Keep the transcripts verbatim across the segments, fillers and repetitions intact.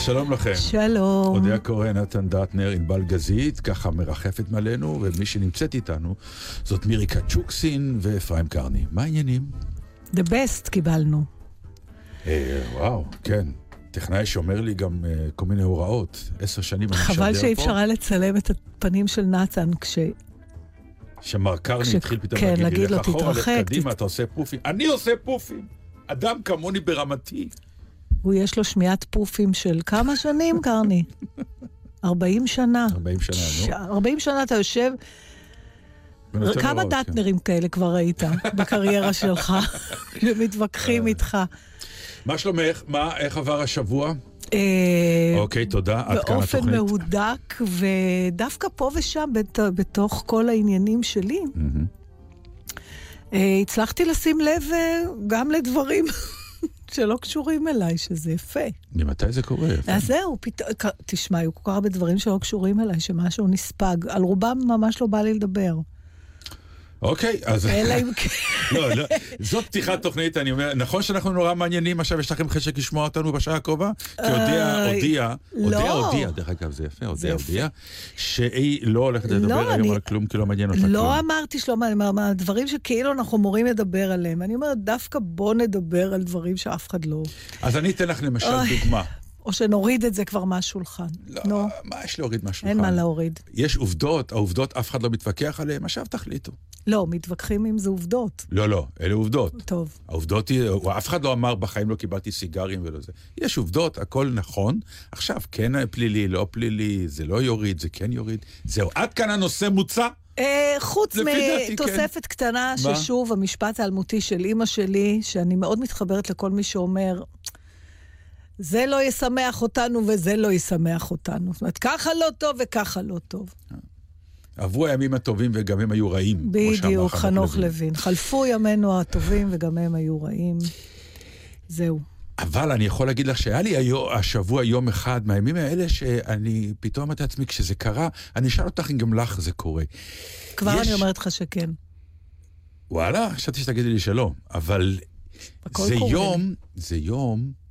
שלום לכם. שלום. אודיה קורן, נתן דטנר, ענבל גזית, ככה מרחפת מעלינו, ומי שנמצאת איתנו זאת מירי קצ'וקסין ואפרים קרני. מה העניינים? The best קיבלנו. אה, וואו, כן. טכנאי שאומר לי גם uh, כל מיני הוראות. עשר שנים אני משדר פה. חבל שאי אפשר היה לצלם את הפנים של נתן כש... שמר קרני כש... התחיל פתאום כן, להגיד לי, לו, לך אחורה, לך תתרחק. קדימה, תת... אתה עושה פופים. אני עושה פופים. אדם כמוני ברמתי. הוא יש לו שמיעת פופים של כמה שנים, קרני? ארבעים שנה. ארבעים שנה, נו. ארבעים שנה אתה יושב... כמה דטנרים כאלה כבר ראית בקריירה שלך, שמתווכחים איתך. מה שלומך? מה, איך עבר השבוע? אוקיי, תודה. עד כאן התוכנית. באופן מהודק, ודווקא פה ושם, בתוך כל העניינים שלי, הצלחתי לשים לב גם לדברים שלא קשורים אליי, שזה יפה. ממתי זה קורה? אז זהו, תשמע, היו כל כך הרבה דברים שלא קשורים אליי, שמשהו נספג. על רובם ממש לא בא לי לדבר. אוקיי, אז... אלא אם כן. לא, לא, זאת פתיחת תוכנית, אני אומר, נכון שאנחנו נורא מעניינים, עכשיו יש לכם חשק לשמוע אותנו בשעה הקרובה? כי הודיע, הודיע, הודיע, הודיע, דרך אגב, זה יפה, הודיע, הודיע, שהיא לא הולכת לדבר היום על כלום, כי לא מעניין אותה כלום. לא אמרתי שלום, דברים שכאילו אנחנו מורים לדבר עליהם, אני אומרת, דווקא בוא נדבר על דברים שאף אחד לא... אז אני אתן לך למשל דוגמה. או שנוריד את זה כבר מהשולחן. לא, מה יש להוריד מהשולחן? אין מה להוריד. יש עובדות, העובדות אף אחד לא מתווכח עליהן, עכשיו תחליטו. לא, מתווכחים אם זה עובדות. לא, לא, אלה עובדות. טוב. העובדות היא, אף אחד לא אמר, בחיים לא קיבלתי סיגרים ולא זה. יש עובדות, הכל נכון. עכשיו, כן פלילי, לא פלילי, זה לא יוריד, זה כן יוריד. זהו, עד כאן הנושא מוצא. חוץ מתוספת קטנה, ששוב, המשפט האלמותי של אמא שלי, שאני מאוד מתחברת לכל מי שאומר... זה לא ישמח אותנו וזה לא ישמח אותנו. זאת אומרת, ככה לא טוב וככה לא טוב. עברו הימים הטובים וגם הם היו רעים. בדיוק, חנוך לוין. חלפו ימינו הטובים וגם הם היו רעים. זהו. אבל אני יכול להגיד לך שהיה לי השבוע יום אחד מהימים האלה שאני פתאום אמרתי לעצמי, כשזה קרה, אני אשאל אותך אם גם לך זה קורה. כבר אני אומרת לך שכן. וואלה, חשבתי שתגידי לי שלא. אבל זה יום, זה יום...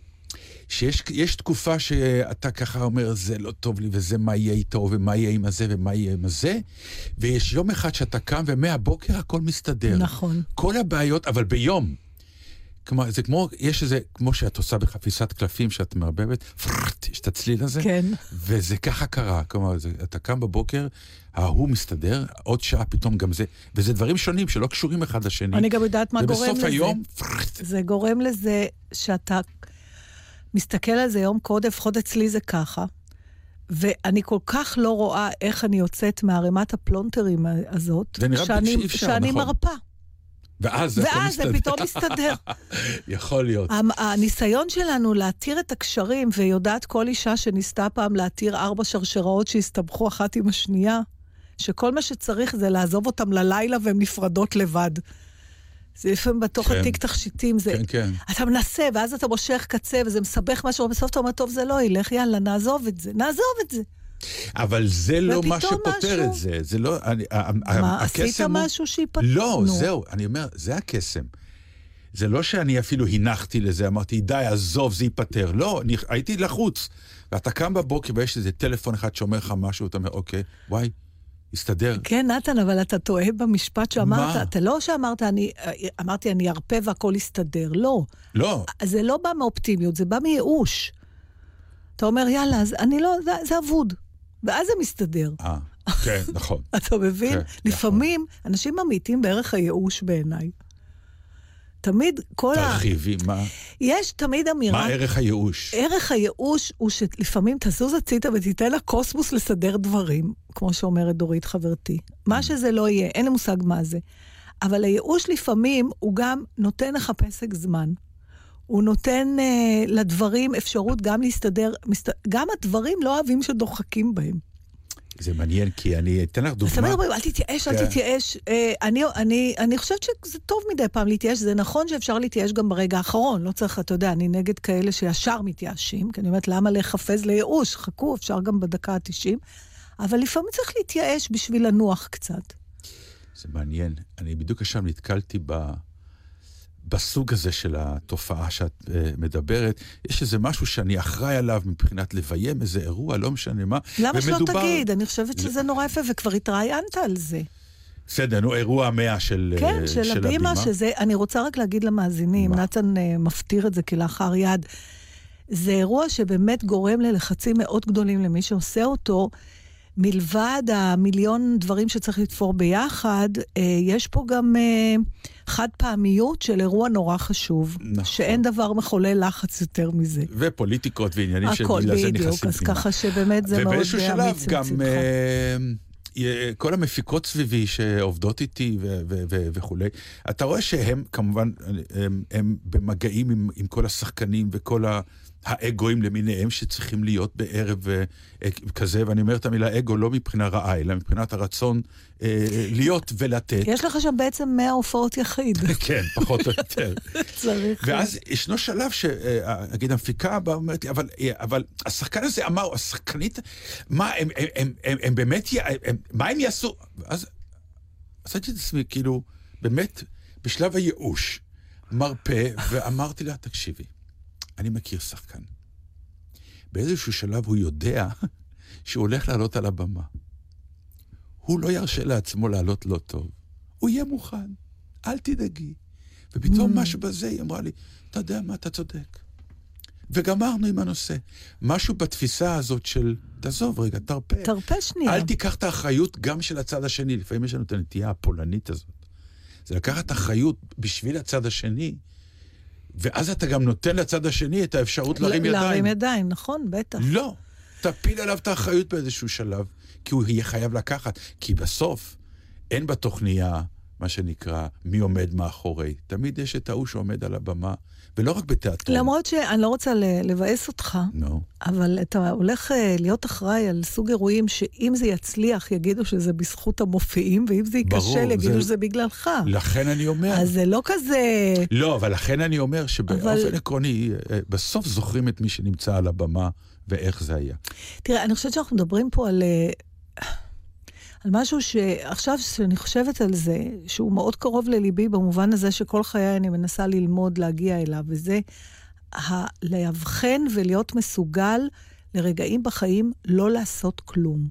שיש יש תקופה שאתה ככה אומר, זה לא טוב לי, וזה מה יהיה איתו, ומה יהיה עם הזה, ומה יהיה עם הזה, ויש יום אחד שאתה קם, ומהבוקר הכל מסתדר. נכון. כל הבעיות, אבל ביום. כלומר, זה כמו, יש איזה, כמו שאת עושה בחפיסת קלפים, שאת מערבבת, פרט, יש את הצליל הזה, כן. וזה ככה קרה. כלומר, זה, אתה קם בבוקר, ההוא מסתדר, עוד שעה פתאום גם זה, וזה דברים שונים שלא קשורים אחד לשני. אני גם יודעת מה גורם לזה. ובסוף היום, פרט. זה גורם לזה שאתה... מסתכל על זה יום קודם, לפחות אצלי זה ככה, ואני כל כך לא רואה איך אני יוצאת מהרימת הפלונטרים הזאת, שאני, שאני נכון. מרפא. ואז זה ואז זה פתאום מסתדר. יכול להיות. הניסיון שלנו להתיר את הקשרים, ויודעת כל אישה שניסתה פעם להתיר ארבע שרשראות שהסתבכו אחת עם השנייה, שכל מה שצריך זה לעזוב אותם ללילה והן נפרדות לבד. זה לפעמים בתוך כן. עתיק תכשיטים, זה... כן, כן. אתה מנסה, ואז אתה מושך קצה, וזה מסבך משהו, ובסוף אתה אומר, טוב, זה לא ילך, יאללה, נעזוב את זה, נעזוב את זה. אבל זה לא מה שפותר משהו... את זה, זה לא... אני, מה, עשית הוא... משהו שיפתר? לא, נו. זהו, אני אומר, זה הקסם. זה לא שאני אפילו הנחתי לזה, אמרתי, די, עזוב, זה ייפטר. לא, אני, הייתי לחוץ. ואתה קם בבוקר, ויש איזה טלפון אחד שאומר לך משהו, אתה אומר, אוקיי, וואי, הסתדר. כן, נתן, אבל אתה טועה במשפט שאמרת, מה? אתה לא שאמרת, אני, אמרתי, אני ארפה והכל יסתדר. לא. לא. זה לא בא מאופטימיות, זה בא מייאוש. אתה אומר, יאללה, אז אני לא, זה, זה עבוד. ואז זה מסתדר. אה, כן, נכון. אתה מבין? כן, לפעמים, נכון. אנשים ממיתים בערך הייאוש בעיניי. תמיד כל ה... תרחיבי, מה? יש תמיד אמירה... מה ערך הייאוש? ערך הייאוש הוא שלפעמים תזוז הציתה ותיתן לקוסמוס לסדר דברים, כמו שאומרת דורית חברתי. מה שזה לא יהיה, אין לי מושג מה זה. אבל הייאוש לפעמים הוא גם נותן לך פסק זמן. הוא נותן uh, לדברים אפשרות גם להסתדר, מסת... גם הדברים לא אוהבים שדוחקים בהם. זה מעניין, כי אני אתן לך דוגמה. אז תמיד אומרים, אל תתייאש, אל תתייאש. אני, אני, אני חושבת שזה טוב מדי פעם להתייאש, זה נכון שאפשר להתייאש גם ברגע האחרון, לא צריך, אתה יודע, אני נגד כאלה שישר מתייאשים, כי אני אומרת, למה לחפז לייאוש? חכו, אפשר גם בדקה ה-תשעים, אבל לפעמים צריך להתייאש בשביל לנוח קצת. זה מעניין. אני בדיוק עכשיו נתקלתי ב... בסוג הזה של התופעה שאת uh, מדברת, יש איזה משהו שאני אחראי עליו מבחינת לביים איזה אירוע, לא משנה מה. למה שלא תגיד? אני חושבת שזה נורא יפה, וכבר התראיינת על זה. בסדר, נו, אירוע המאה של הבימה. כן, של הבימה, שזה, אני רוצה רק להגיד למאזינים, נתן מפתיר את זה כלאחר יד, זה אירוע שבאמת גורם ללחצים מאוד גדולים למי שעושה אותו, מלבד המיליון דברים שצריך לתפור ביחד, יש פה גם חד פעמיות של אירוע נורא חשוב, נכון. שאין דבר מחולל לחץ יותר מזה. ופוליטיקות ועניינים שבגלל זה נכנסים פנימה. אז ככה שבאמת זה מאוד אמיץ מצדך. ובאיזשהו שלב גם כל המפיקות סביבי שעובדות איתי וכו', אתה רואה שהם כמובן, הם, הם במגעים עם, עם כל השחקנים וכל ה... האגואים למיניהם שצריכים להיות בערב כזה, ואני אומר את המילה אגו לא מבחינה רעה, אלא מבחינת הרצון להיות ולתת. יש לך שם בעצם מאה הופעות יחיד. כן, פחות או יותר. צריך. ואז ישנו שלב שאגיד, המפיקה באה אומרת לי, אבל השחקן הזה אמר, השחקנית, מה, הם באמת, מה הם יעשו? אז עשיתי את עצמי, כאילו, באמת, בשלב הייאוש, מרפא, ואמרתי לה, תקשיבי, אני מכיר שחקן. באיזשהו שלב הוא יודע שהוא הולך לעלות על הבמה. הוא לא ירשה לעצמו לעלות לא טוב. הוא יהיה מוכן. אל תדאגי. ופתאום mm. משהו בזה, היא אמרה לי, אתה יודע מה, אתה צודק. וגמרנו עם הנושא. משהו בתפיסה הזאת של, תעזוב רגע, תרפא. תרפא שנייה. אל תיקח את האחריות גם של הצד השני. לפעמים יש לנו את הנטייה הפולנית הזאת. זה לקחת אחריות בשביל הצד השני, ואז אתה גם נותן לצד השני את האפשרות להרים ידיים. להרים ידיים, נכון, בטח. לא, תפיל עליו את האחריות באיזשהו שלב, כי הוא יהיה חייב לקחת. כי בסוף אין בתוכניה, מה שנקרא, מי עומד מאחורי. תמיד יש את ההוא שעומד על הבמה, ולא רק בתיאטרון. למרות שאני לא רוצה לבאס אותך, no. אבל אתה הולך להיות אחראי על סוג אירועים שאם זה יצליח, יגידו שזה בזכות המופיעים, ואם זה ייכשל, יגידו זה... שזה בגללך. לכן אני אומר... אז זה לא כזה... לא, אבל לכן אני אומר שבאופן אבל... עקרוני, בסוף זוכרים את מי שנמצא על הבמה, ואיך זה היה. תראה, אני חושבת שאנחנו מדברים פה על... על משהו שעכשיו שאני חושבת על זה, שהוא מאוד קרוב לליבי, במובן הזה שכל חיי אני מנסה ללמוד להגיע אליו, וזה להבחן ולהיות מסוגל לרגעים בחיים לא לעשות כלום.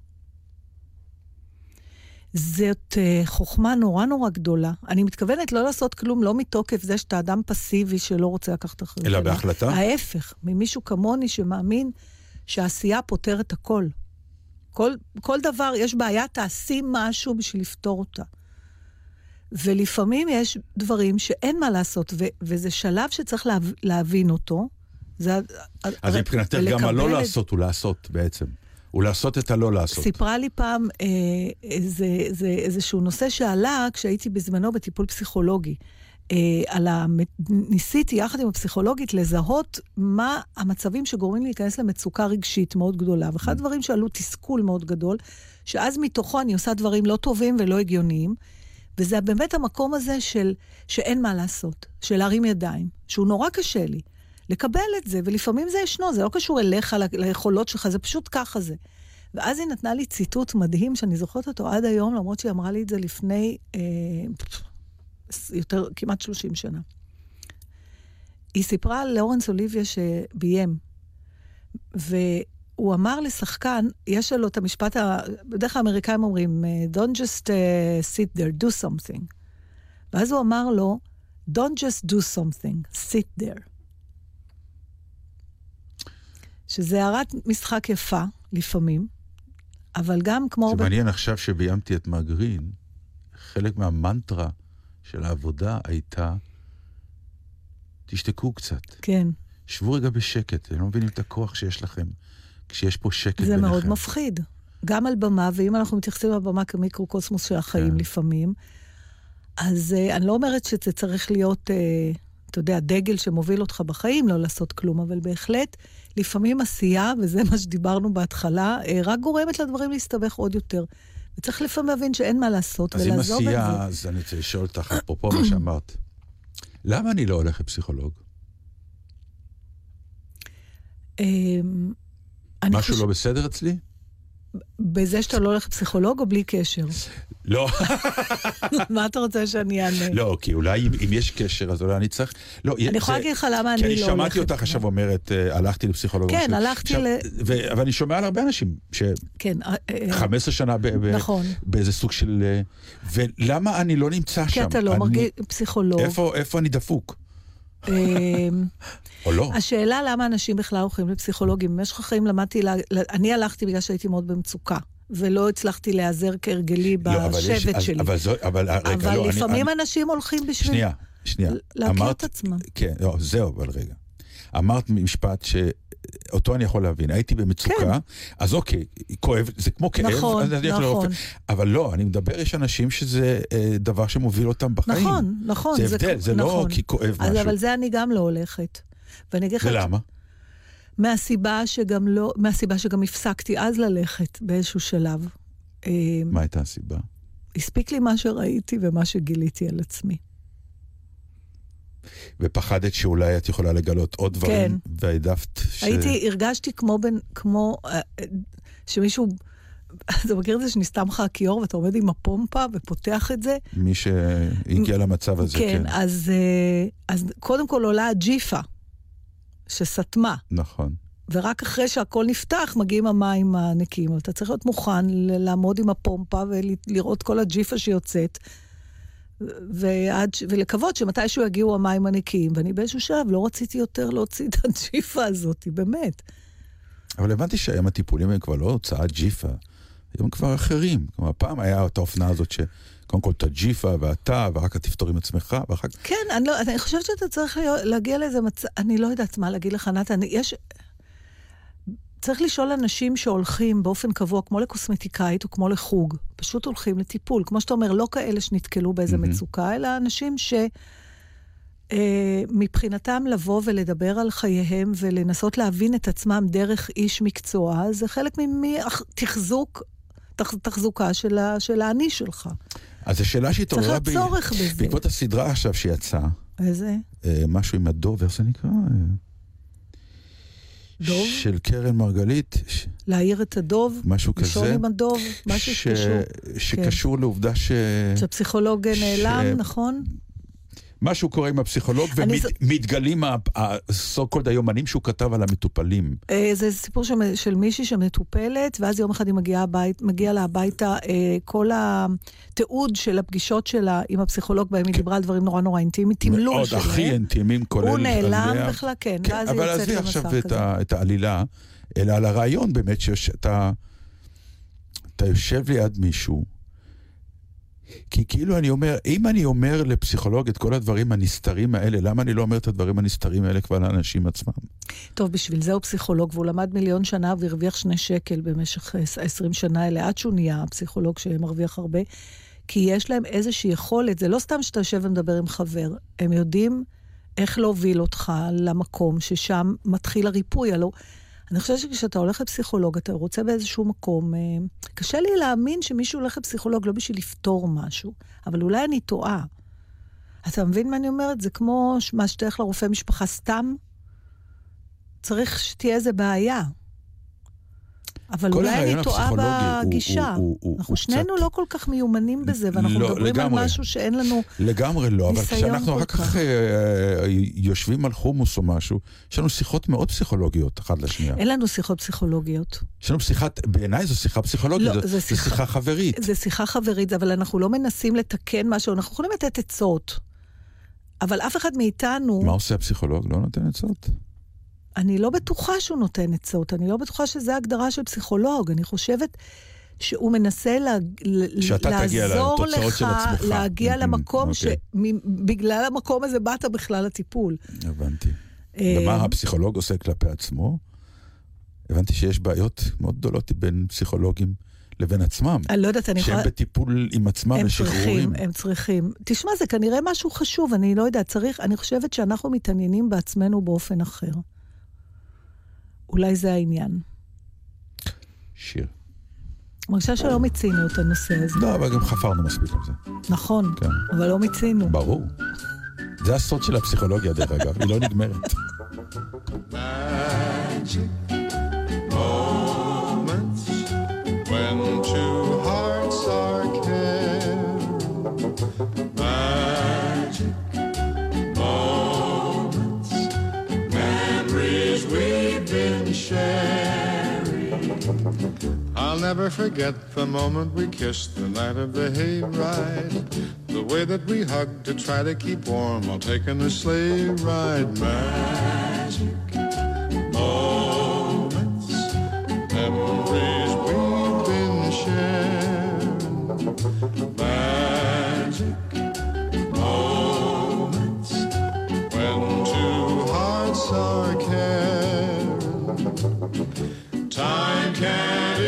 זאת חוכמה נורא נורא גדולה. אני מתכוונת לא לעשות כלום, לא מתוקף זה שאתה אדם פסיבי שלא רוצה לקחת אחריות. אלא בהחלטה? ההפך, ממישהו כמוני שמאמין שהעשייה פותרת הכל. כל, כל דבר, יש בעיה, תעשי משהו בשביל לפתור אותה. ולפעמים יש דברים שאין מה לעשות, ו, וזה שלב שצריך לה, להבין אותו. זה, אז מבחינתך גם הלא לעשות הוא לעשות בעצם. הוא לעשות את הלא לעשות. סיפרה לי פעם אה, איזה, איזה, איזשהו נושא שעלה כשהייתי בזמנו בטיפול פסיכולוגי. אה, על המ... ניסיתי יחד עם הפסיכולוגית לזהות מה המצבים שגורמים להיכנס למצוקה רגשית מאוד גדולה. ואחד הדברים שעלו תסכול מאוד גדול, שאז מתוכו אני עושה דברים לא טובים ולא הגיוניים, וזה באמת המקום הזה של שאין מה לעשות, של להרים ידיים, שהוא נורא קשה לי. לקבל את זה, ולפעמים זה ישנו, זה לא קשור אליך, ליכולות שלך, זה פשוט ככה זה. ואז היא נתנה לי ציטוט מדהים, שאני זוכרת אותו עד היום, למרות שהיא אמרה לי את זה לפני אה, יותר, כמעט שלושים שנה. היא סיפרה על לאורנס אוליביה שביים, והוא אמר לשחקן, יש לו את המשפט, בדרך כלל האמריקאים אומרים, don't just uh, sit there, do something. ואז הוא אמר לו, don't just do something, sit there. שזה הערת משחק יפה, לפעמים, אבל גם כמו... זה מעניין עכשיו שביימתי את מגרין, חלק מהמנטרה של העבודה הייתה, תשתקו קצת. כן. שבו רגע בשקט, הם לא מבינים את הכוח שיש לכם, כשיש פה שקט ביניכם. זה מאוד מפחיד. גם על במה, ואם אנחנו מתייחסים על במה כמיקרוקוסמוס של החיים כן. לפעמים, אז uh, אני לא אומרת שזה צריך להיות... Uh, אתה יודע, דגל שמוביל אותך בחיים, לא לעשות כלום, אבל בהחלט, לפעמים עשייה, וזה מה שדיברנו בהתחלה, רק גורמת לדברים להסתבך עוד יותר. וצריך לפעמים להבין שאין מה לעשות, ולעזוב את זה. אז אם עשייה, אז אני רוצה לשאול אותך, אפרופו מה שאמרת, למה אני לא הולך לפסיכולוג? משהו לא בסדר אצלי? בזה שאתה לא הולך לפסיכולוג או בלי קשר? לא. מה אתה רוצה שאני אענה? לא, כי אולי אם יש קשר, אז אולי אני צריך... אני יכולה להגיד לך למה אני לא הולכת. כי אני שמעתי אותך עכשיו אומרת, הלכתי לפסיכולוג. כן, הלכתי ל... אבל אני שומע על הרבה אנשים, ש... כן. חמש עשרה שנה באיזה סוג של... ולמה אני לא נמצא שם? כי אתה לא מרגיש פסיכולוג. איפה אני דפוק? או לא. השאלה למה אנשים בכלל הולכים לפסיכולוגים. במשך החיים למדתי, אני הלכתי בגלל שהייתי מאוד במצוקה. ולא הצלחתי להיעזר כהרגלי בשבט שלי. אבל לפעמים אנשים הולכים בשביל... שנייה, שנייה. להכיר את עצמם. כן, זהו, אבל רגע. אמרת משפט שאותו אני יכול להבין. הייתי במצוקה, אז אוקיי, כואב, זה כמו כאב. נכון, נכון. אבל לא, אני מדבר, יש אנשים שזה דבר שמוביל אותם בחיים. נכון, נכון. זה הבדל, זה לא כי כואב משהו. אבל זה אני גם לא הולכת. ולמה? מהסיבה שגם לא, מהסיבה שגם הפסקתי אז ללכת באיזשהו שלב. מה הייתה הסיבה? הספיק לי מה שראיתי ומה שגיליתי על עצמי. ופחדת שאולי את יכולה לגלות עוד דברים, כן. והעדפת ש... הייתי, הרגשתי כמו בין, כמו, שמישהו, אתה מכיר את זה שנסתם לך הכיור, ואתה עומד עם הפומפה ופותח את זה? מי שהגיע למצב הזה, כן. כן, אז, אז קודם כל עולה הג'יפה. שסתמה. נכון. ורק אחרי שהכל נפתח, מגיעים המים הנקיים. אבל אתה צריך להיות מוכן לעמוד עם הפומפה ולראות כל הג'יפה שיוצאת, ועד, ולקוות שמתישהו יגיעו המים הנקיים. ואני באיזשהו שלב לא רציתי יותר להוציא את הג'יפה הזאת, באמת. אבל הבנתי שהיום הטיפולים הם כבר לא הוצאת ג'יפה, הם כבר אחרים. כלומר, פעם היה את האופנה הזאת ש... קודם כל, את הג'יפה ואתה, ואחר כך תפתור עם עצמך, ואחר כך... כן, אני, לא, אני חושבת שאתה צריך להגיע לאיזה מצב, אני לא יודעת מה להגיד לך, נתן, יש... צריך לשאול אנשים שהולכים באופן קבוע, כמו לקוסמטיקאית או כמו לחוג, פשוט הולכים לטיפול, כמו שאתה אומר, לא כאלה שנתקלו באיזה mm-hmm. מצוקה, אלא אנשים ש... אה, מבחינתם לבוא ולדבר על חייהם, ולנסות להבין את עצמם דרך איש מקצוע, זה חלק מתחזוק, תחזוקה של, ה, של האני שלך. אז השאלה שהתעוררה ב... בעקבות הסדרה עכשיו שיצאה. איזה? אה, משהו עם הדוב, איך זה נקרא? דוב? של קרן מרגלית. להעיר את הדוב. משהו כזה. לשאול עם הדוב, משהו ש... שקשור. שקשור כן. לעובדה ש... שהפסיכולוג נעלם, ש... נכון? משהו קורה עם הפסיכולוג, ומתגלים הסו קולד היומנים שהוא כתב על המטופלים. זה סיפור של מישהי שמטופלת, ואז יום אחד היא מגיעה לה הביתה, כל התיעוד של הפגישות שלה עם הפסיכולוג, בהם היא דיברה על דברים נורא נורא אינטימיים, תמלול שלהם. מאוד הכי אינטימיים, כולל... הוא נעלם בכלל, כן. אבל עזבי עכשיו את העלילה, אלא על הרעיון באמת, שאתה יושב ליד מישהו, כי כאילו אני אומר, אם אני אומר לפסיכולוג את כל הדברים הנסתרים האלה, למה אני לא אומר את הדברים הנסתרים האלה כבר לאנשים עצמם? טוב, בשביל זה הוא פסיכולוג, והוא למד מיליון שנה והרוויח שני שקל במשך עשרים שנה האלה, עד שהוא נהיה פסיכולוג שמרוויח הרבה, כי יש להם איזושהי יכולת, זה לא סתם שאתה יושב ומדבר עם חבר, הם יודעים איך להוביל אותך למקום ששם מתחיל הריפוי, הלא... אני חושבת שכשאתה הולך לפסיכולוג, אתה רוצה באיזשהו מקום, קשה לי להאמין שמישהו הולך לפסיכולוג לא בשביל לפתור משהו, אבל אולי אני טועה. אתה מבין מה אני אומרת? זה כמו מה שתלך לרופא משפחה סתם, צריך שתהיה איזה בעיה. אבל אולי אני טועה בגישה. הוא, הוא, הוא, אנחנו הוא שנינו קצת... לא כל כך מיומנים בזה, ואנחנו לא, מדברים לגמרי. על משהו שאין לנו לגמרי לא, אבל כשאנחנו אחר כך יושבים על חומוס או משהו, יש לנו שיחות מאוד פסיכולוגיות, אחת לשנייה. אין לנו שיחות פסיכולוגיות. יש לנו שיחת, בעיניי זו שיחה פסיכולוגית, לא, זו, זו שיחה, שיחה חברית. זו שיחה חברית, אבל אנחנו לא מנסים לתקן משהו, אנחנו יכולים לתת עצות. אבל אף אחד מאיתנו... מה עושה הפסיכולוג? לא נותן עצות? אני לא בטוחה שהוא נותן עצות, אני לא בטוחה שזה ההגדרה של פסיכולוג, אני חושבת שהוא מנסה לה, לעזור לך להגיע mm-hmm, למקום okay. שבגלל המקום הזה באת בכלל לטיפול. הבנתי. ומה הפסיכולוג עושה כלפי עצמו? הבנתי שיש בעיות מאוד גדולות בין פסיכולוגים לבין עצמם. אני לא יודעת, אני שהם יכולה... בטיפול עם עצמם ושחרורים. הם צריכים. תשמע, זה כנראה משהו חשוב, אני לא יודעת, צריך, אני חושבת שאנחנו מתעניינים בעצמנו באופן אחר. אולי זה העניין. שיר. מרגישה שלא מצינו את הנושא הזה. לא, אבל גם חפרנו מספיק על זה. נכון, כן. אבל לא מצינו. ברור. זה הסוד של הפסיכולוגיה, דרך אגב. היא לא נגמרת. Magic moments when two hearts are connected. Sherry. I'll never forget the moment we kissed the night of the hayride. The way that we hugged to try to keep warm while taking a sleigh ride. Magic moments, memories we've been sharing. Magic moments when two hearts are caring. Time can't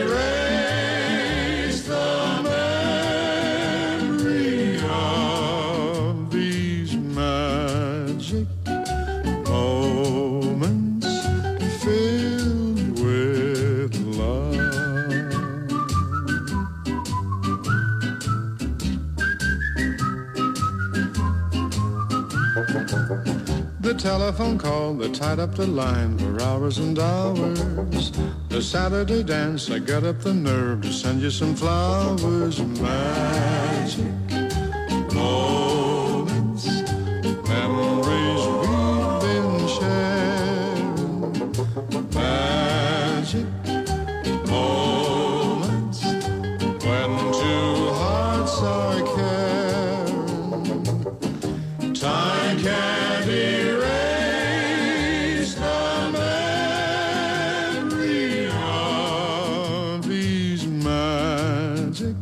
erase the memory of these magic moments filled with love. The telephone call that tied up the line for hours and hours. The Saturday dance, I got up the nerve to send you some flowers. Magic moments, memories we've been sharing. Magic moments when two hearts are caring. Time can't erase the memory of these magic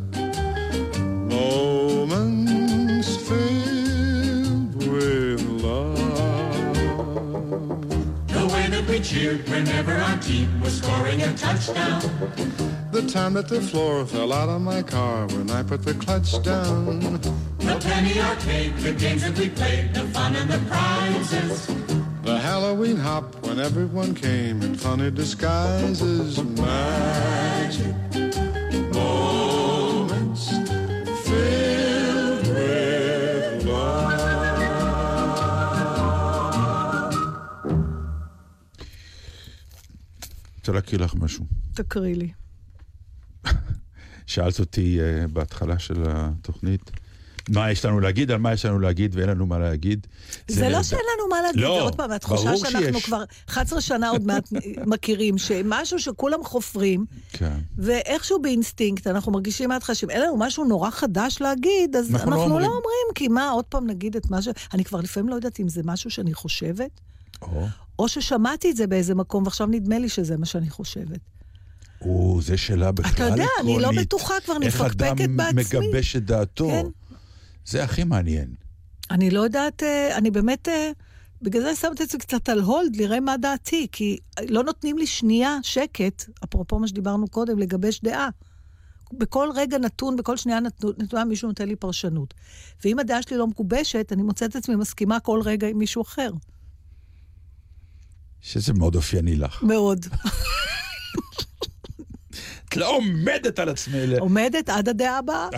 moments filled with love. The way that we cheered whenever our team was scoring a touchdown. The time that the floor fell out of my car when I put the clutch down. The penny arcade, the games that we played, the fun and the prizes. The Halloween hop when everyone came in funny disguises. Magic moments filled with love. רוצה להקריא לך משהו. תקריא לי. שאלת אותי uh, בהתחלה של התוכנית, מה יש לנו להגיד, על מה יש לנו להגיד, ואין לנו מה להגיד. זה, זה לא שאין לנו מה להגיד, לא, זה עוד פעם, התחושה שאנחנו שיש. כבר אחת עשרה שנה עוד מעט מכירים, שמשהו שכולם חופרים, כן. ואיכשהו באינסטינקט אנחנו מרגישים מהתחשים, אין לנו משהו נורא חדש להגיד, אז אנחנו, אנחנו לא, אומרים. לא אומרים, כי מה, עוד פעם נגיד את משהו, אני כבר לפעמים לא יודעת אם זה משהו שאני חושבת, או, או ששמעתי את זה באיזה מקום, ועכשיו נדמה לי שזה מה שאני חושבת. או, זה שאלה בכלל אתה יודע, עקרונית. אני לא בטוחה, כבר נפקפקת בעצמי. איך אדם מגבש את דעתו. כן. זה הכי מעניין. אני לא יודעת, אני באמת, בגלל זה שמת את זה קצת על הולד, לראה מה דעתי, כי לא נותנים לי שנייה שקט, אפרופו מה שדיברנו קודם, לגבש דעה. בכל רגע נתון, בכל שנייה נתונה, מישהו נותן לי פרשנות. ואם הדעה שלי לא מגובשת, אני מוצאת את עצמי מסכימה כל רגע עם מישהו אחר. שזה מאוד אופייני לך. מאוד. את לא עומדת על עצמי. עומדת עד הדעה הבאה.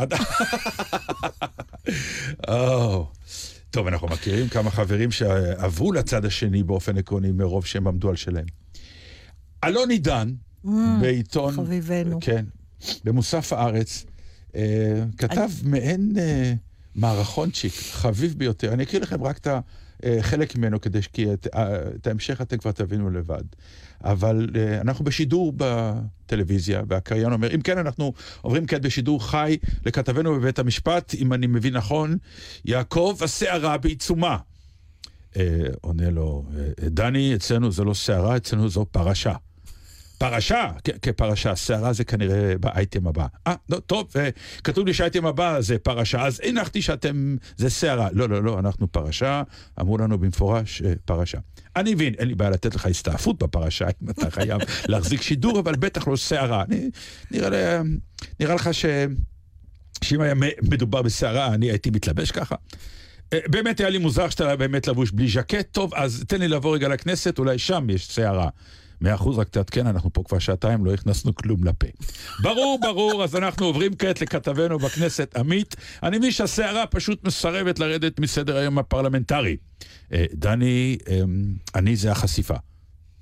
טוב, אנחנו מכירים כמה חברים שעברו לצד השני באופן עקרוני מרוב שהם עמדו על שלהם. אלון עידן, בעיתון... חביבנו. כן, במוסף הארץ, כתב מעין מערכונצ'יק, חביב ביותר. אני אקריא לכם רק את חלק ממנו, כדי שאת ההמשך אתם כבר תבינו לבד. אבל uh, אנחנו בשידור בטלוויזיה, והקריין אומר, אם כן, אנחנו עוברים כעת בשידור חי לכתבנו בבית המשפט, אם אני מבין נכון, יעקב הסערה בעיצומה. Uh, עונה לו, דני, אצלנו זה לא סערה, אצלנו זו פרשה. פרשה, כפרשה, סערה זה כנראה באייטם הבא. אה, לא, טוב, כתוב לי שהאייטם הבא זה פרשה, אז הנחתי שאתם, זה סערה. לא, לא, לא, אנחנו פרשה, אמרו לנו במפורש פרשה. אני מבין, אין לי בעיה לתת לך הסתעפות בפרשה, אם אתה חייב להחזיק שידור, אבל בטח לא סערה. אני, נראה, לי, נראה לך ש... שאם היה מדובר בסערה, אני הייתי מתלבש ככה. באמת היה לי מוזר שאתה באמת לבוש בלי ז'קט, טוב, אז תן לי לעבור רגע לכנסת, אולי שם יש סערה. מאה אחוז, רק תעדכן, אנחנו פה כבר שעתיים, לא הכנסנו כלום לפה. ברור, ברור, אז אנחנו עוברים כעת לכתבנו בכנסת, עמית. אני מבין שהסערה פשוט מסרבת לרדת מסדר היום הפרלמנטרי. דני, אני זה החשיפה.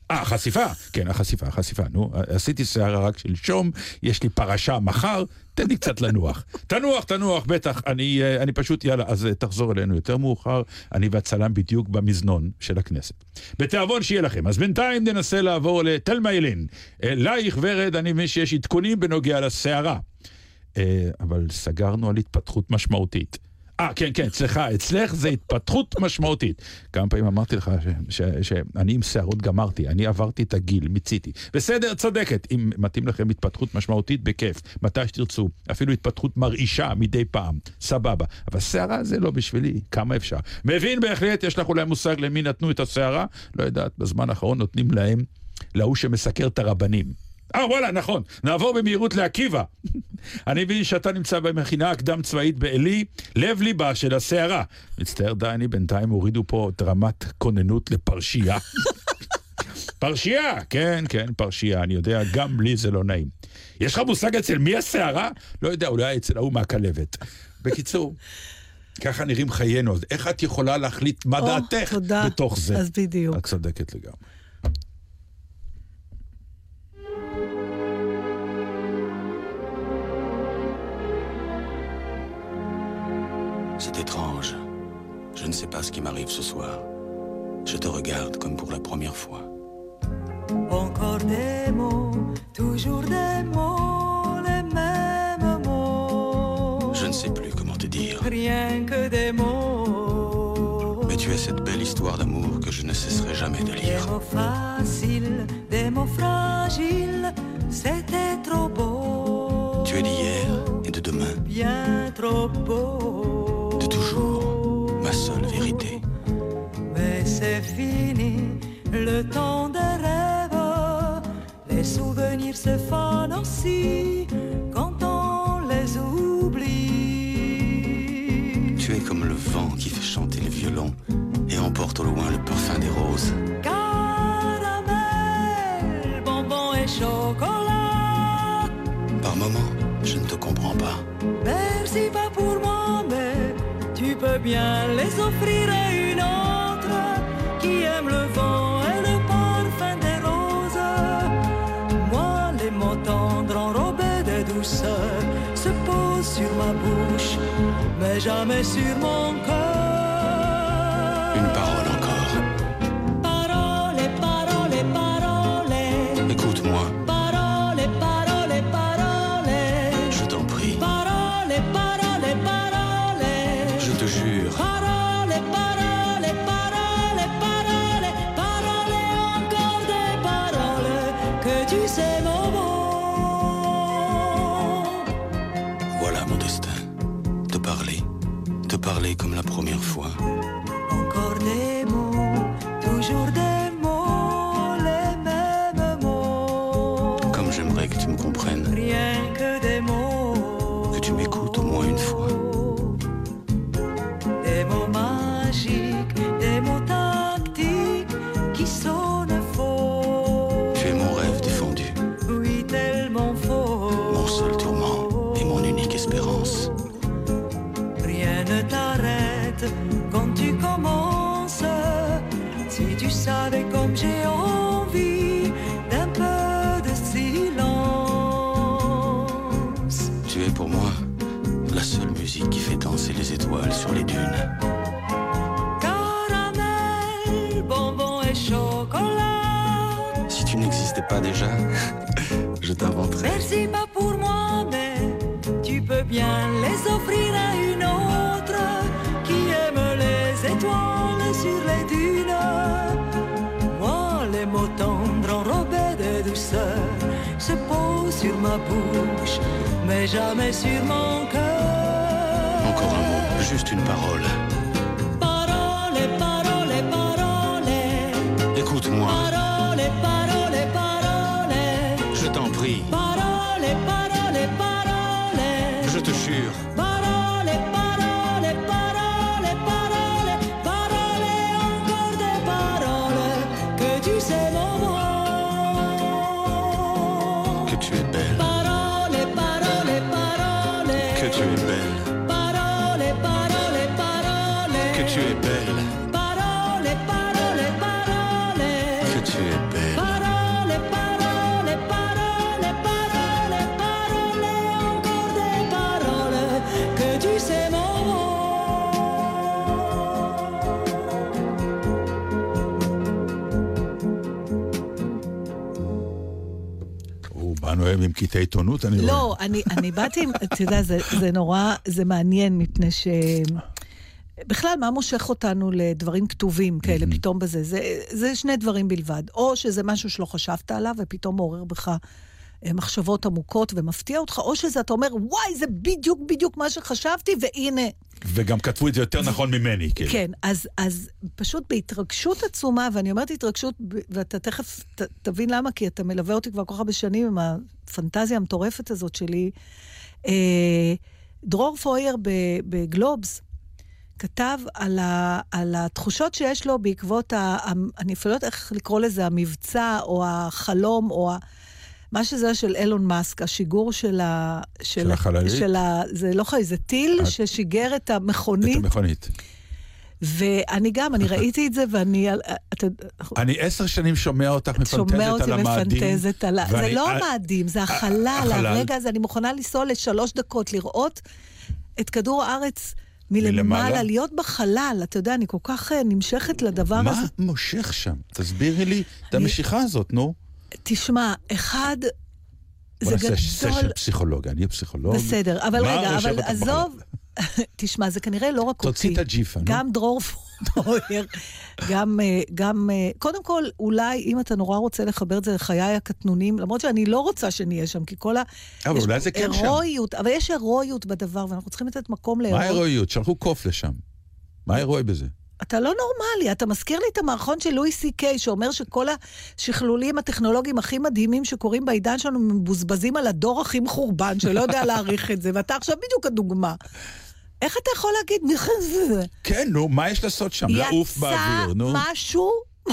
אה, חשיפה. כן, החשיפה, החשיפה. נו, עשיתי שערה רק שלשום, יש לי פרשה מחר, תן לי קצת לנוח. תנוח, תנוח, בטח. אני, אני פשוט, יאללה, אז תחזור אלינו יותר מאוחר. אני והצלם בדיוק במזנון של הכנסת. בתיאבון שיהיה לכם. אז בינתיים ננסה לעבור לתלמה ילין. אלייך ורד, אני מבין שיש עדכונים בנוגע לשערה. אבל סגרנו על התפתחות משמעותית. אה, כן, כן, אצלך, אצלך זה התפתחות משמעותית. כמה פעמים אמרתי לך שאני עם שערות גמרתי, אני עברתי את הגיל, מיציתי. בסדר, צודקת, אם מתאים לכם התפתחות משמעותית, בכיף, מתי שתרצו, אפילו התפתחות מרעישה מדי פעם, סבבה. אבל שערה זה לא בשבילי, כמה אפשר. מבין בהחלט, יש לך אולי מושג למי נתנו את השערה? לא יודעת, בזמן האחרון נותנים להם, להוא שמסקר את הרבנים. אה, וואלה, נכון. נעבור במהירות לעקיבא. אני מבין שאתה נמצא במכינה הקדם צבאית בעלי, לב ליבה של השערה. מצטער דני, בינתיים הורידו פה את רמת כוננות לפרשייה. פרשייה, כן, כן, פרשייה. אני יודע, גם לי זה לא נעים. יש לך מושג אצל מי השערה? לא יודע, אולי אצל ההוא מהכלבת. בקיצור, ככה נראים חיינו. איך את יכולה להחליט מה דעתך בתוך זה? אז בדיוק. את צודקת לגמרי. C'est étrange. Je ne sais pas ce qui m'arrive ce soir. Je te regarde comme pour la première fois. Encore des mots, toujours des mots, les mêmes mots. Je ne sais plus comment te dire. Rien que des mots. Mais tu as cette belle histoire d'amour que je ne cesserai jamais de lire. Des mots faciles, des mots fragiles, c'était trop beau. Tu es d'hier et de demain. Bien trop beau. Toujours, ma seule vérité. Mais c'est fini, le temps des rêves. Les souvenirs se fanent aussi quand on les oublie. Tu es comme le vent qui fait chanter le violon et emporte au loin le parfum des roses. Caramel, bonbon et chocolat. Par moments, je ne te comprends pas. Merci pas pour moi, mais tu peux bien les offrir à une autre qui aime le vent et le parfum des roses. Moi, les mots tendres enrobés de douceur se posent sur ma bouche, mais jamais sur mon cœur. Une parole encore. Parole, parole, parole. Écoute-moi. Parole, parole, parole. Je t'en prie. Parole, parole, parole. Je te jure. Parole, parole, parole, parole, parole, encore des paroles que tu sais mon mot. Voilà mon destin. Te parler. Te parler comme la première fois. Encore des mots, toujours des mots, les mêmes mots. Comme j'aimerais que tu me comprennes. Rien que des mots. Que tu m'écoutes au moins une fois. Des mots magiques, des mots tactiques qui sonnent faux. Tu es mon rêve défendu. Oui, tellement faux. Mon seul tourment et mon unique espérance. Rien ne t'arrête quand tu commences. Si tu savais comme j'ai envie d'un peu de silence. Tu es pour moi la seule musique qui fait danser les étoiles sur les dunes. Caramel, bonbon et chocolat. Si tu n'existais pas déjà, je t'inventerais. Merci pas pour moi, mais tu peux bien les offrir à une autre qui aime les étoiles sur les dunes. Moi, les mots tendres enrobés de douceur se posent sur ma bouche, mais jamais sur mon cœur. Encore un mot, juste une parole. Parole, parole, parole. Écoute-moi. Parole, parole, parole. Je t'en prie. Parole, parole, parole. Je te jure. Parole, parole, parole, parole, parole, encore des paroles que tu sais mon mot. Que tu es belle. Parole, parole, parole. Que tu es belle. Parole, parole, parole. Que tu es belle. Parole, parole, parole. Que tu es belle. באנו עם קטעי עיתונות, אני רואה. לא, אני, אני באתי, אתה יודע, זה, זה נורא, זה מעניין, מפני ש... בכלל, מה מושך אותנו לדברים כתובים כאלה, mm-hmm. פתאום בזה? זה, זה שני דברים בלבד. או שזה משהו שלא חשבת עליו, ופתאום מעורר בך מחשבות עמוקות ומפתיע אותך, או שזה אתה אומר, וואי, זה בדיוק בדיוק מה שחשבתי, והנה... וגם כתבו את זה יותר נכון ממני. כן, כן, אז, אז פשוט בהתרגשות עצומה, ואני אומרת התרגשות, ואתה תכף ת, תבין למה, כי אתה מלווה אותי כבר כל כך בשנים עם הפנטזיה המטורפת הזאת שלי. אה, דרור פויר בגלובס, כתב על, ה, על התחושות שיש לו בעקבות, ה, אני אפילו לא יודעת איך לקרוא לזה, המבצע, או החלום, או ה... מה שזה של אילון מאסק, השיגור של ה... של החללית? של ה... זה לא חי, זה טיל ששיגר את המכונית. את המכונית. ואני גם, אני ראיתי את זה, ואני... אני עשר שנים שומע אותך מפנטזת על המאדים. שומע אותי מפנטזת על... זה לא המאדים, זה החלל, הרגע הזה, אני מוכנה לנסוע לשלוש דקות, לראות את כדור הארץ מלמעלה, להיות בחלל. אתה יודע, אני כל כך נמשכת לדבר הזה. מה מושך שם? תסבירי לי את המשיכה הזאת, נו. תשמע, אחד, זה גדול... בוא נעשה סשן פסיכולוג, אני אהיה פסיכולוג. בסדר, אבל רגע, אבל עזוב, תשמע, זה כנראה לא רק אותי. תוציא את הג'יפה, נו. גם דרור פויר, גם, גם, קודם כל, אולי אם אתה נורא רוצה לחבר את זה לחיי הקטנונים, למרות שאני לא רוצה שנהיה שם, כי כל ה... אבל אולי זה כן שם. הרואיות, אבל יש הרואיות בדבר, ואנחנו צריכים לתת מקום להרואיות. מה הרואיות? שלחו קוף לשם. מה הרואי בזה? אתה לא נורמלי, אתה מזכיר לי את המערכון של לואי סי קיי, שאומר שכל השכלולים הטכנולוגיים הכי מדהימים שקורים בעידן שלנו, מבוזבזים על הדור הכי מחורבן, שלא יודע להעריך את זה, ואתה עכשיו בדיוק הדוגמה. איך אתה יכול להגיד, מי זה? כן, נו, מה יש לעשות שם? לעוף באוויר, נו. יצא משהו...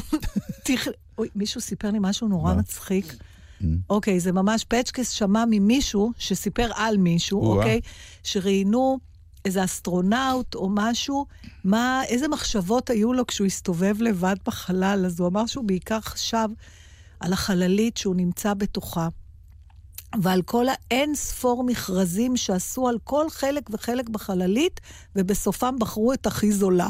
אוי, מישהו סיפר לי משהו נורא מצחיק. אוקיי, זה ממש פצ'קס שמע ממישהו, שסיפר על מישהו, אוקיי, שראיינו... איזה אסטרונאוט או משהו, מה, איזה מחשבות היו לו כשהוא הסתובב לבד בחלל, אז הוא אמר שהוא בעיקר חשב על החללית שהוא נמצא בתוכה, ועל כל האין ספור מכרזים שעשו על כל חלק וחלק בחללית, ובסופם בחרו את הכי זולה.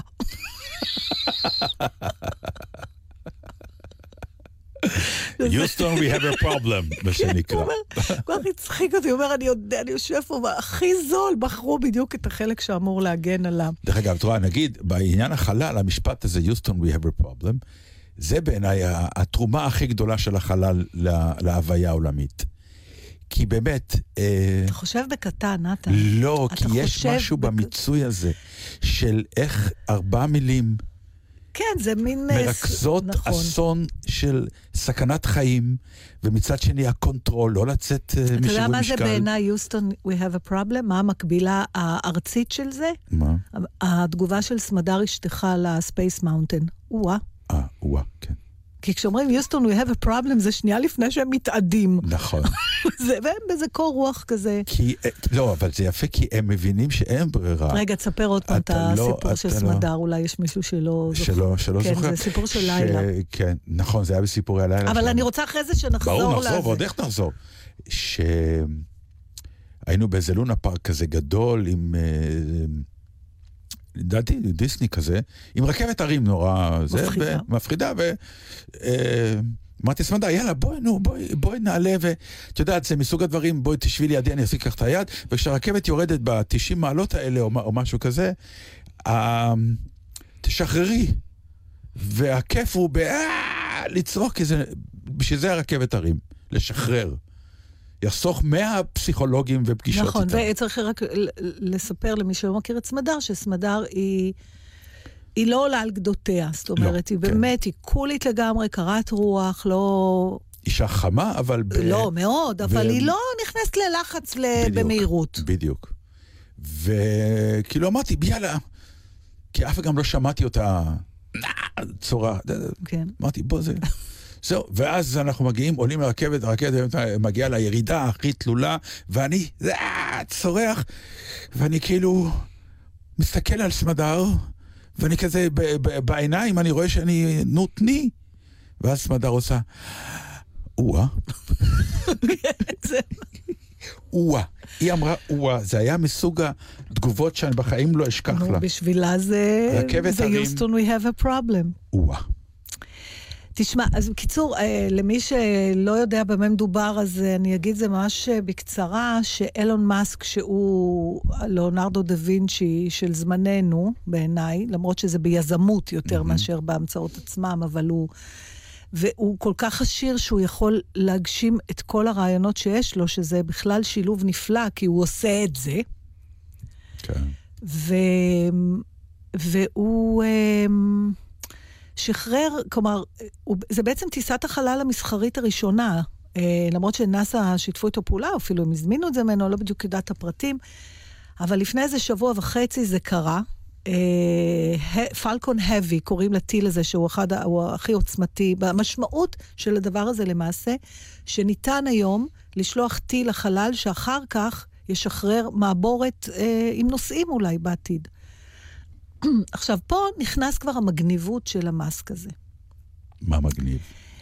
Houston, we have a problem, מה שנקרא. הוא כל כך הצחיק אותי, הוא אומר, אני יודע, אני יושב פה, הכי זול, בחרו בדיוק את החלק שאמור להגן עליו. דרך אגב, תראה, נגיד, בעניין החלל, המשפט הזה, Houston, we have a problem, זה בעיניי התרומה הכי גדולה של החלל להוויה העולמית. כי באמת... אתה חושב בקטן, נתן. לא, כי יש משהו במיצוי הזה, של איך ארבע מילים... כן, זה מין... מרכזות נכון. אסון של סכנת חיים, ומצד שני הקונטרול, לא לצאת משיווי משקל. אתה יודע מה זה בעיניי, Houston, we have a problem? מה המקבילה הארצית של זה? מה? התגובה של סמדר אשתך לספייס מאונטן. וואה. אה, וואה, כן. כי כשאומרים, Houston, we have a problem, זה שנייה לפני שהם מתעדים. נכון. זה, והם בזה קור רוח כזה. כי, לא, אבל זה יפה, כי הם מבינים שאין ברירה. רגע, תספר עוד פעם את הסיפור של סמדר, אולי יש מישהו שלא זוכר. שלא, שלא כן, זוכר. זה סיפור של לילה. כן, נכון, זה היה בסיפורי הלילה. אבל אני רוצה אחרי זה שנחזור לזה. ברור, נחזור, ועוד איך נחזור. שהיינו באיזה לונה פארק כזה גדול, עם... לדעתי, דיסני כזה, עם רכבת הרים נורא, מפחידה. מפחידה, ואמרתי סמדה, יאללה, בואי, נו, בואי, בואי נעלה, ואת יודעת, זה מסוג הדברים, בואי תשבי לידי, אני אעסיק לך את היד, וכשהרכבת יורדת ב-תשעים מעלות האלה, או, או משהו כזה, תשחררי, והכיף הוא לצרוך, בשביל זה הרכבת הרים, לשחרר. יחסוך מאה פסיכולוגים ופגישות נכון, איתם. נכון, וצריך רק לספר למי שלא מכיר את סמדר, שסמדר היא, היא לא עולה על גדותיה, זאת אומרת, לא, היא כן. באמת, היא קולית לגמרי, קרת רוח, לא... אישה חמה, אבל... ב... לא, מאוד, אבל ו... היא לא נכנסת ללחץ בדיוק, במהירות. בדיוק. וכאילו אמרתי, ביאללה, כי אף גם לא שמעתי אותה צורה. כן. אמרתי, בוא זה... זהו, ואז אנחנו מגיעים, עולים לרכבת, הרכבת מגיעה לירידה הכי תלולה, ואני צורח, ואני כאילו מסתכל על סמדר, ואני כזה בעיניים, אני רואה שאני נותני, ואז סמדר עושה, וואה. וואה. היא אמרה וואה, זה היה מסוג התגובות שאני בחיים לא אשכח לה. בשבילה זה Houston we have a problem. וואה. תשמע, אז בקיצור, למי שלא יודע במה מדובר, אז אני אגיד זה ממש בקצרה, שאילון מאסק, שהוא ליאונרדו דה וינצ'י של זמננו, בעיניי, למרות שזה ביזמות יותר mm-hmm. מאשר בהמצאות עצמם, אבל הוא... והוא כל כך עשיר שהוא יכול להגשים את כל הרעיונות שיש לו, שזה בכלל שילוב נפלא, כי הוא עושה את זה. כן. ו... והוא... שחרר, כלומר, זה בעצם טיסת החלל המסחרית הראשונה, למרות שנאסא שיתפו איתו פעולה, אפילו הם הזמינו את זה ממנו, לא בדיוק ידעת הפרטים, אבל לפני איזה שבוע וחצי זה קרה, פלקון האבי, קוראים לטיל הזה, שהוא אחד, הוא הכי עוצמתי, במשמעות של הדבר הזה למעשה, שניתן היום לשלוח טיל לחלל, שאחר כך ישחרר מעבורת עם נוסעים אולי בעתיד. עכשיו, פה נכנס כבר המגניבות של המאסק הזה. מה מגניב?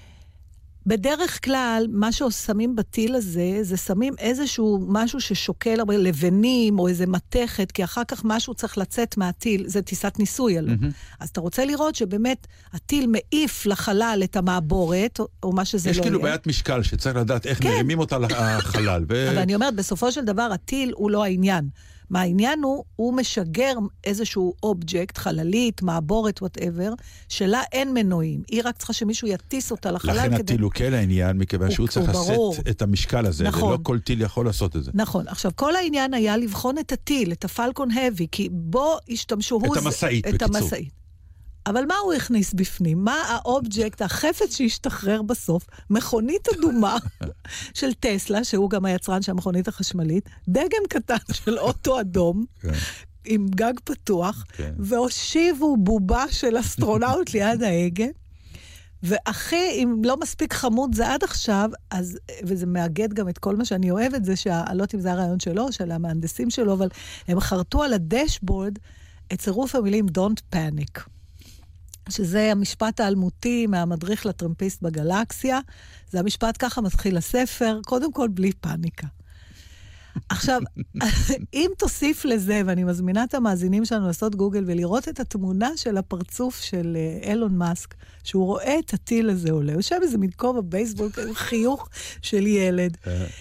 בדרך כלל, מה ששמים בטיל הזה, זה שמים איזשהו משהו ששוקל הרבה לבנים, או איזה מתכת, כי אחר כך משהו צריך לצאת מהטיל, זה טיסת ניסוי עלו. Mm-hmm. אז אתה רוצה לראות שבאמת הטיל מעיף לחלל את המעבורת, או, או מה שזה לא יהיה. יש כאילו בעיית משקל שצריך לדעת איך כן. מרימים אותה לחלל. ו... אבל אני אומרת, בסופו של דבר, הטיל הוא לא העניין. מה העניין הוא, הוא משגר איזשהו אובג'קט, חללית, מעבורת, whatever, שלה אין מנועים. היא רק צריכה שמישהו יטיס אותה לחלל. לכן כדי... הטיל הוא כן העניין, מכיוון שהוא צריך לשאת את המשקל הזה, נכון. ולא כל טיל יכול לעשות את זה. נכון. עכשיו, כל העניין היה לבחון את הטיל, את הפלקון האבי, כי בו השתמשו... את המסעית, את בקיצור. המסעית. אבל מה הוא הכניס בפנים? מה האובג'קט, החפץ שהשתחרר בסוף? מכונית אדומה של טסלה, שהוא גם היצרן של המכונית החשמלית, דגם קטן של אוטו אדום, עם גג פתוח, והושיבו בובה של אסטרונאוט ליד ההגה, ואחי, אם לא מספיק חמוד זה עד עכשיו, אז, וזה מאגד גם את כל מה שאני אוהבת, זה שאני לא יודעת אם זה הרעיון שלו, של המהנדסים שלו, אבל הם חרטו על הדשבורד את צירוף המילים Don't Panic. שזה המשפט האלמותי מהמדריך לטרמפיסט בגלקסיה. זה המשפט ככה מתחיל הספר, קודם כל בלי פאניקה. עכשיו, אם תוסיף לזה, ואני מזמינה את המאזינים שלנו לעשות גוגל ולראות את התמונה של הפרצוף של אילון מאסק, שהוא רואה את הטיל הזה עולה, הוא שם איזה מכובע בייסבול, חיוך של ילד.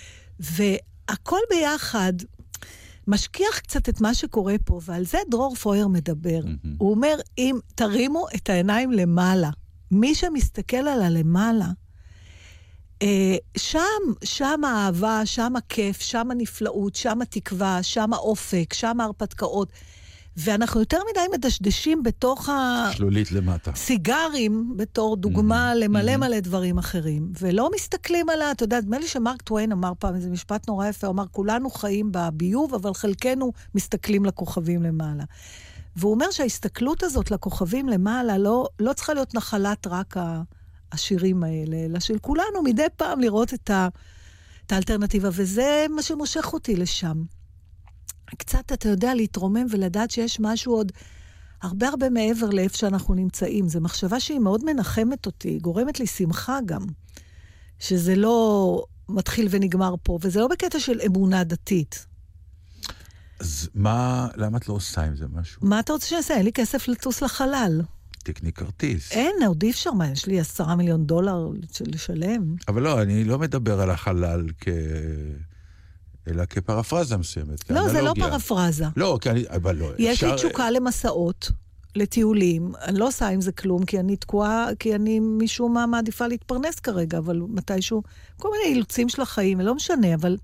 והכל ביחד משכיח קצת את מה שקורה פה, ועל זה דרור פויר מדבר. Mm-hmm. הוא אומר, אם תרימו את העיניים למעלה, מי שמסתכל על הלמעלה, אה, שם, שם האהבה, שם הכיף, שם הנפלאות, שם התקווה, שם האופק, שם ההרפתקאות, ואנחנו יותר מדי מדשדשים בתוך שלולית למטה. סיגרים, בתור דוגמה mm-hmm. למלא mm-hmm. מלא דברים אחרים, ולא מסתכלים עליה. אתה יודע, דמה לי שמרק טוויין אמר פעם, איזה משפט נורא יפה, הוא אמר, כולנו חיים בביוב, אבל חלקנו מסתכלים לכוכבים למעלה. והוא אומר שההסתכלות הזאת לכוכבים למעלה, לא, לא צריכה להיות נחלת רק השירים האלה, אלא של כולנו מדי פעם לראות את, ה, את האלטרנטיבה, וזה מה שמושך אותי לשם. קצת, אתה יודע, להתרומם ולדעת שיש משהו עוד הרבה הרבה מעבר לאיפה שאנחנו נמצאים. זו מחשבה שהיא מאוד מנחמת אותי, גורמת לי שמחה גם, שזה לא מתחיל ונגמר פה, וזה לא בקטע של אמונה דתית. אז מה, למה את לא עושה עם זה משהו? מה אתה רוצה שנעשה? אין לי כסף לטוס לחלל. תקני כרטיס. אין, עוד אי אפשר, מה, יש לי עשרה מיליון דולר לשלם. אבל לא, אני לא מדבר על החלל כ... אלא כפרפרזה מסוימת, לא, זה לא פרפרזה. לא, כי אני, אבל לא. יש לי תשוקה למסעות, לטיולים, אני לא עושה עם זה כלום, כי אני תקועה, כי אני משום מה מעדיפה להתפרנס כרגע, אבל מתישהו, כל מיני אילוצים של החיים, לא משנה, אבל...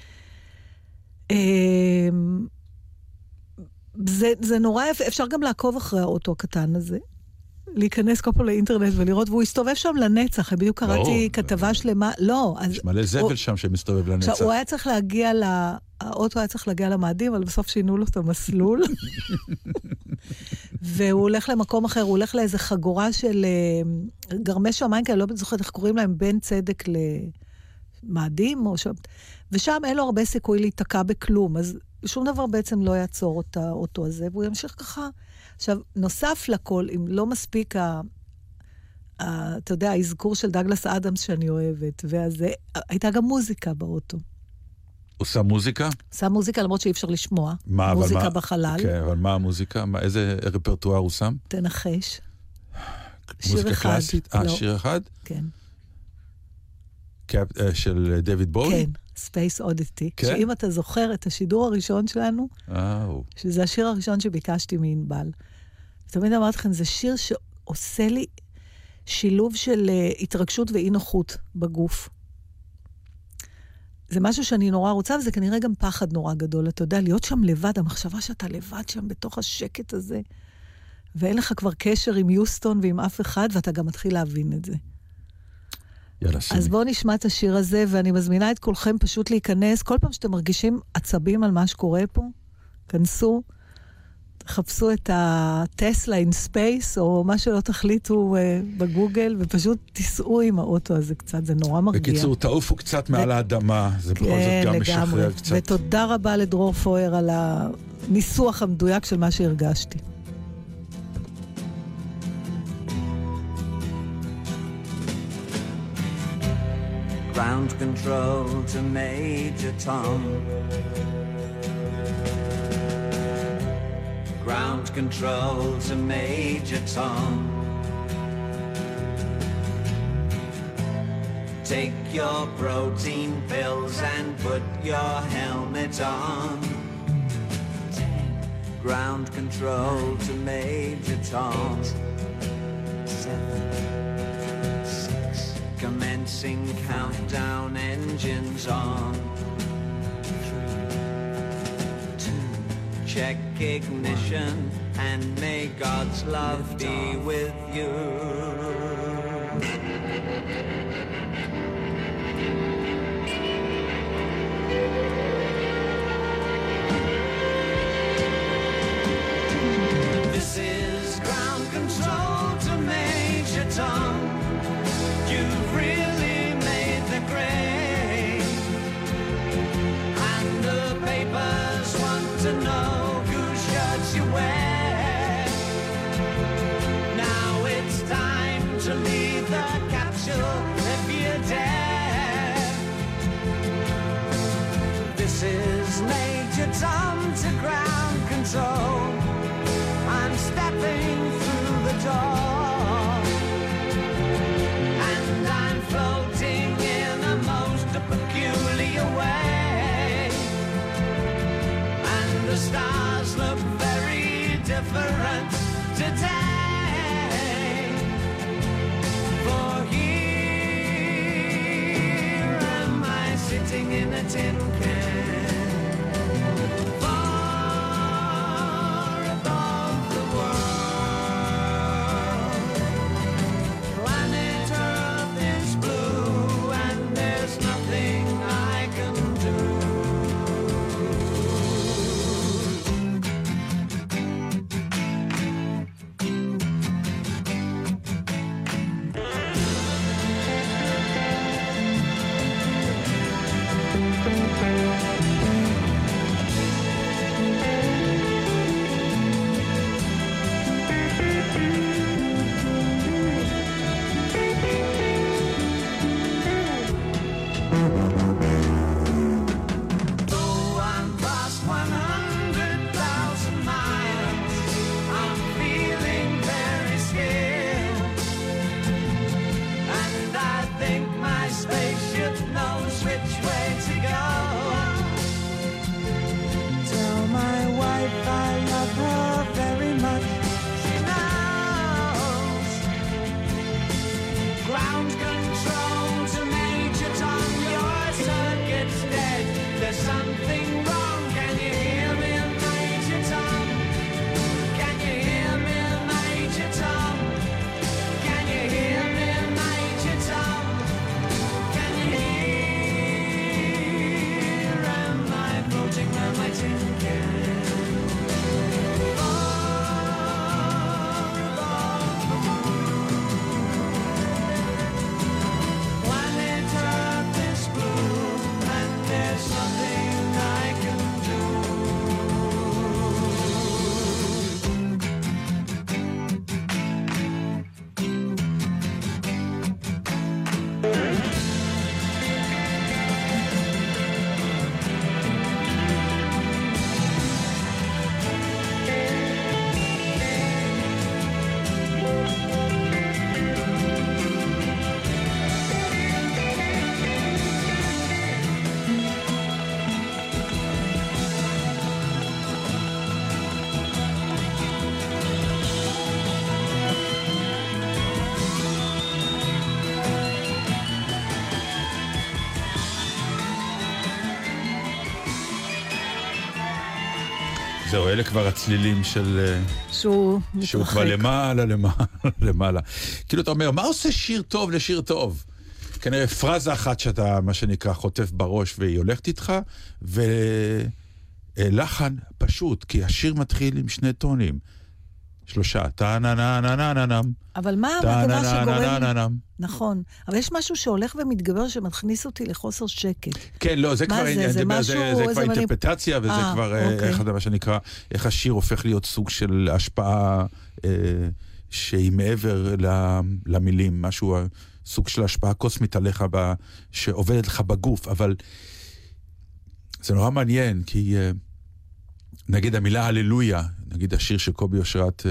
זה, זה נורא יפה, אפשר גם לעקוב אחרי האוטו הקטן הזה, להיכנס כל פעם לאינטרנט ולראות, והוא הסתובב שם לנצח, בדיוק קראתי כתבה שלמה, לא. יש מלא זבל שם שמסתובב לנצח. עכשיו, הוא היה צריך להגיע, האוטו היה צריך להגיע למאדים, אבל בסוף שינו לו את המסלול, והוא הולך למקום אחר, הוא הולך לאיזו חגורה של גרמי שמיים, כי אני לא זוכרת איך קוראים להם, בין צדק למאדים, ושם אין לו הרבה סיכוי להתקע בכלום, אז שום דבר בעצם לא יעצור את האוטו הזה, והוא ימשיך ככה. עכשיו, נוסף לכל, אם לא מספיק, ה, ה, אתה יודע, האזכור של דגלס אדמס שאני אוהבת, ואז הייתה גם מוזיקה באוטו. עושה מוזיקה? עושה מוזיקה, למרות שאי אפשר לשמוע. מה, מוזיקה מה, בחלל. כן, אבל מה המוזיקה? מה, איזה רפרטואר הוא שם? תנחש. שיר מוזיקה אחד. קלאסית? אה, לא. שיר אחד? כן. קאפ, של דויד בואי? כן, Space Oddity. כן? שאם אתה זוכר את השידור הראשון שלנו, אהו. שזה השיר הראשון שביקשתי מענבל. תמיד אמרתי לכם, זה שיר שעושה לי שילוב של uh, התרגשות ואי נוחות בגוף. זה משהו שאני נורא רוצה, וזה כנראה גם פחד נורא גדול. אתה יודע, להיות שם לבד, המחשבה שאתה לבד שם בתוך השקט הזה, ואין לך כבר קשר עם יוסטון ועם אף אחד, ואתה גם מתחיל להבין את זה. יאללה, שימי. אז בואו נשמע את השיר הזה, ואני מזמינה את כולכם פשוט להיכנס. כל פעם שאתם מרגישים עצבים על מה שקורה פה, כנסו, תחפשו את הטסלה אין ספייס, או מה שלא תחליטו uh, בגוגל, ופשוט תיסעו עם האוטו הזה קצת, זה נורא מרגיע. בקיצור, תעופו קצת מעל האדמה, זה בכל זאת גם משחרר קצת. ותודה רבה לדרור פויר על הניסוח המדויק של מה שהרגשתי. Ground control to Major Tom. Ground control to Major Tom. Take your protein pills and put your helmet on. Ground control to Major Tom. Seven, six. Commencing countdown, engines on. Check ignition and may God's love be with you. This is ground control to Major Tom. You've really made the grade, and the papers want to know you wear. Now it's time to leave the capsule if you dare. This is Major Tom to ground control. I'm stepping through the door, and I'm floating in a most peculiar way, and the stars look different today. For here am I sitting in a tin can, far above the world. Planet Earth is blue and there's nothing I can do. Thank you. זהו, אלה כבר הצלילים של... שהוא מתרחק. שהוא כבר למעלה, למעלה, למעלה. כאילו אתה אומר, מה עושה שיר טוב לשיר טוב? כנראה פרזה אחת שאתה, מה שנקרא, חוטף בראש והיא הולכת איתך, ולחן פשוט, כי השיר מתחיל עם שני טונים. שלושה, טה-נה-נה-נה-נה-נם. אבל מה הדבר שגורם... נם. נכון, אבל יש משהו שהולך ומתגבר שמכניס אותי לחוסר שקט. כן, לא, זה כבר זה? זה משהו, זה כבר אינטרפטציה, וזה כבר אחד מה שנקרא, איך השיר הופך להיות סוג של השפעה שהיא מעבר למילים, משהו, סוג של השפעה קוסמית עליך, שעובדת לך בגוף, אבל זה נורא מעניין, כי נגיד המילה הללויה, נגיד השיר של קובי אושרת,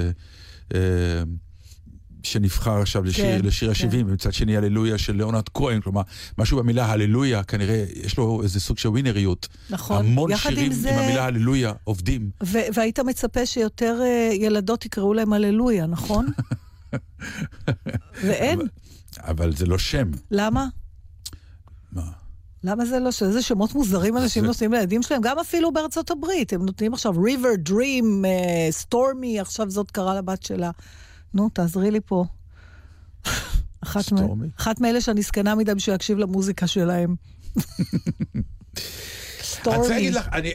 שנבחר עכשיו לשיר, כן, לשיר כן. ה-שבעים, ומצד שני הללויה של ליאונרד כהן, כלומר, משהו במילה הללויה, כנראה יש לו איזה סוג של ווינריות. נכון. המון שירים עם, זה... עם המילה הללויה עובדים. ו- והיית מצפה שיותר uh, ילדות יקראו להם הללויה, נכון? ואין. אבל, אבל זה לא שם. למה? מה? למה זה לא ש... איזה שמות מוזרים אנשים נותנים לילדים שלהם, גם אפילו בארצות הברית, הם נותנים עכשיו River Dream, uh, Stormy, עכשיו זאת קרא לבת שלה. נו, תעזרי לי פה. אחת, מ... אחת מאלה שאני סקנה מדי בשביל להקשיב למוזיקה שלהם. סטורמי. אני רוצה להגיד לך, אני...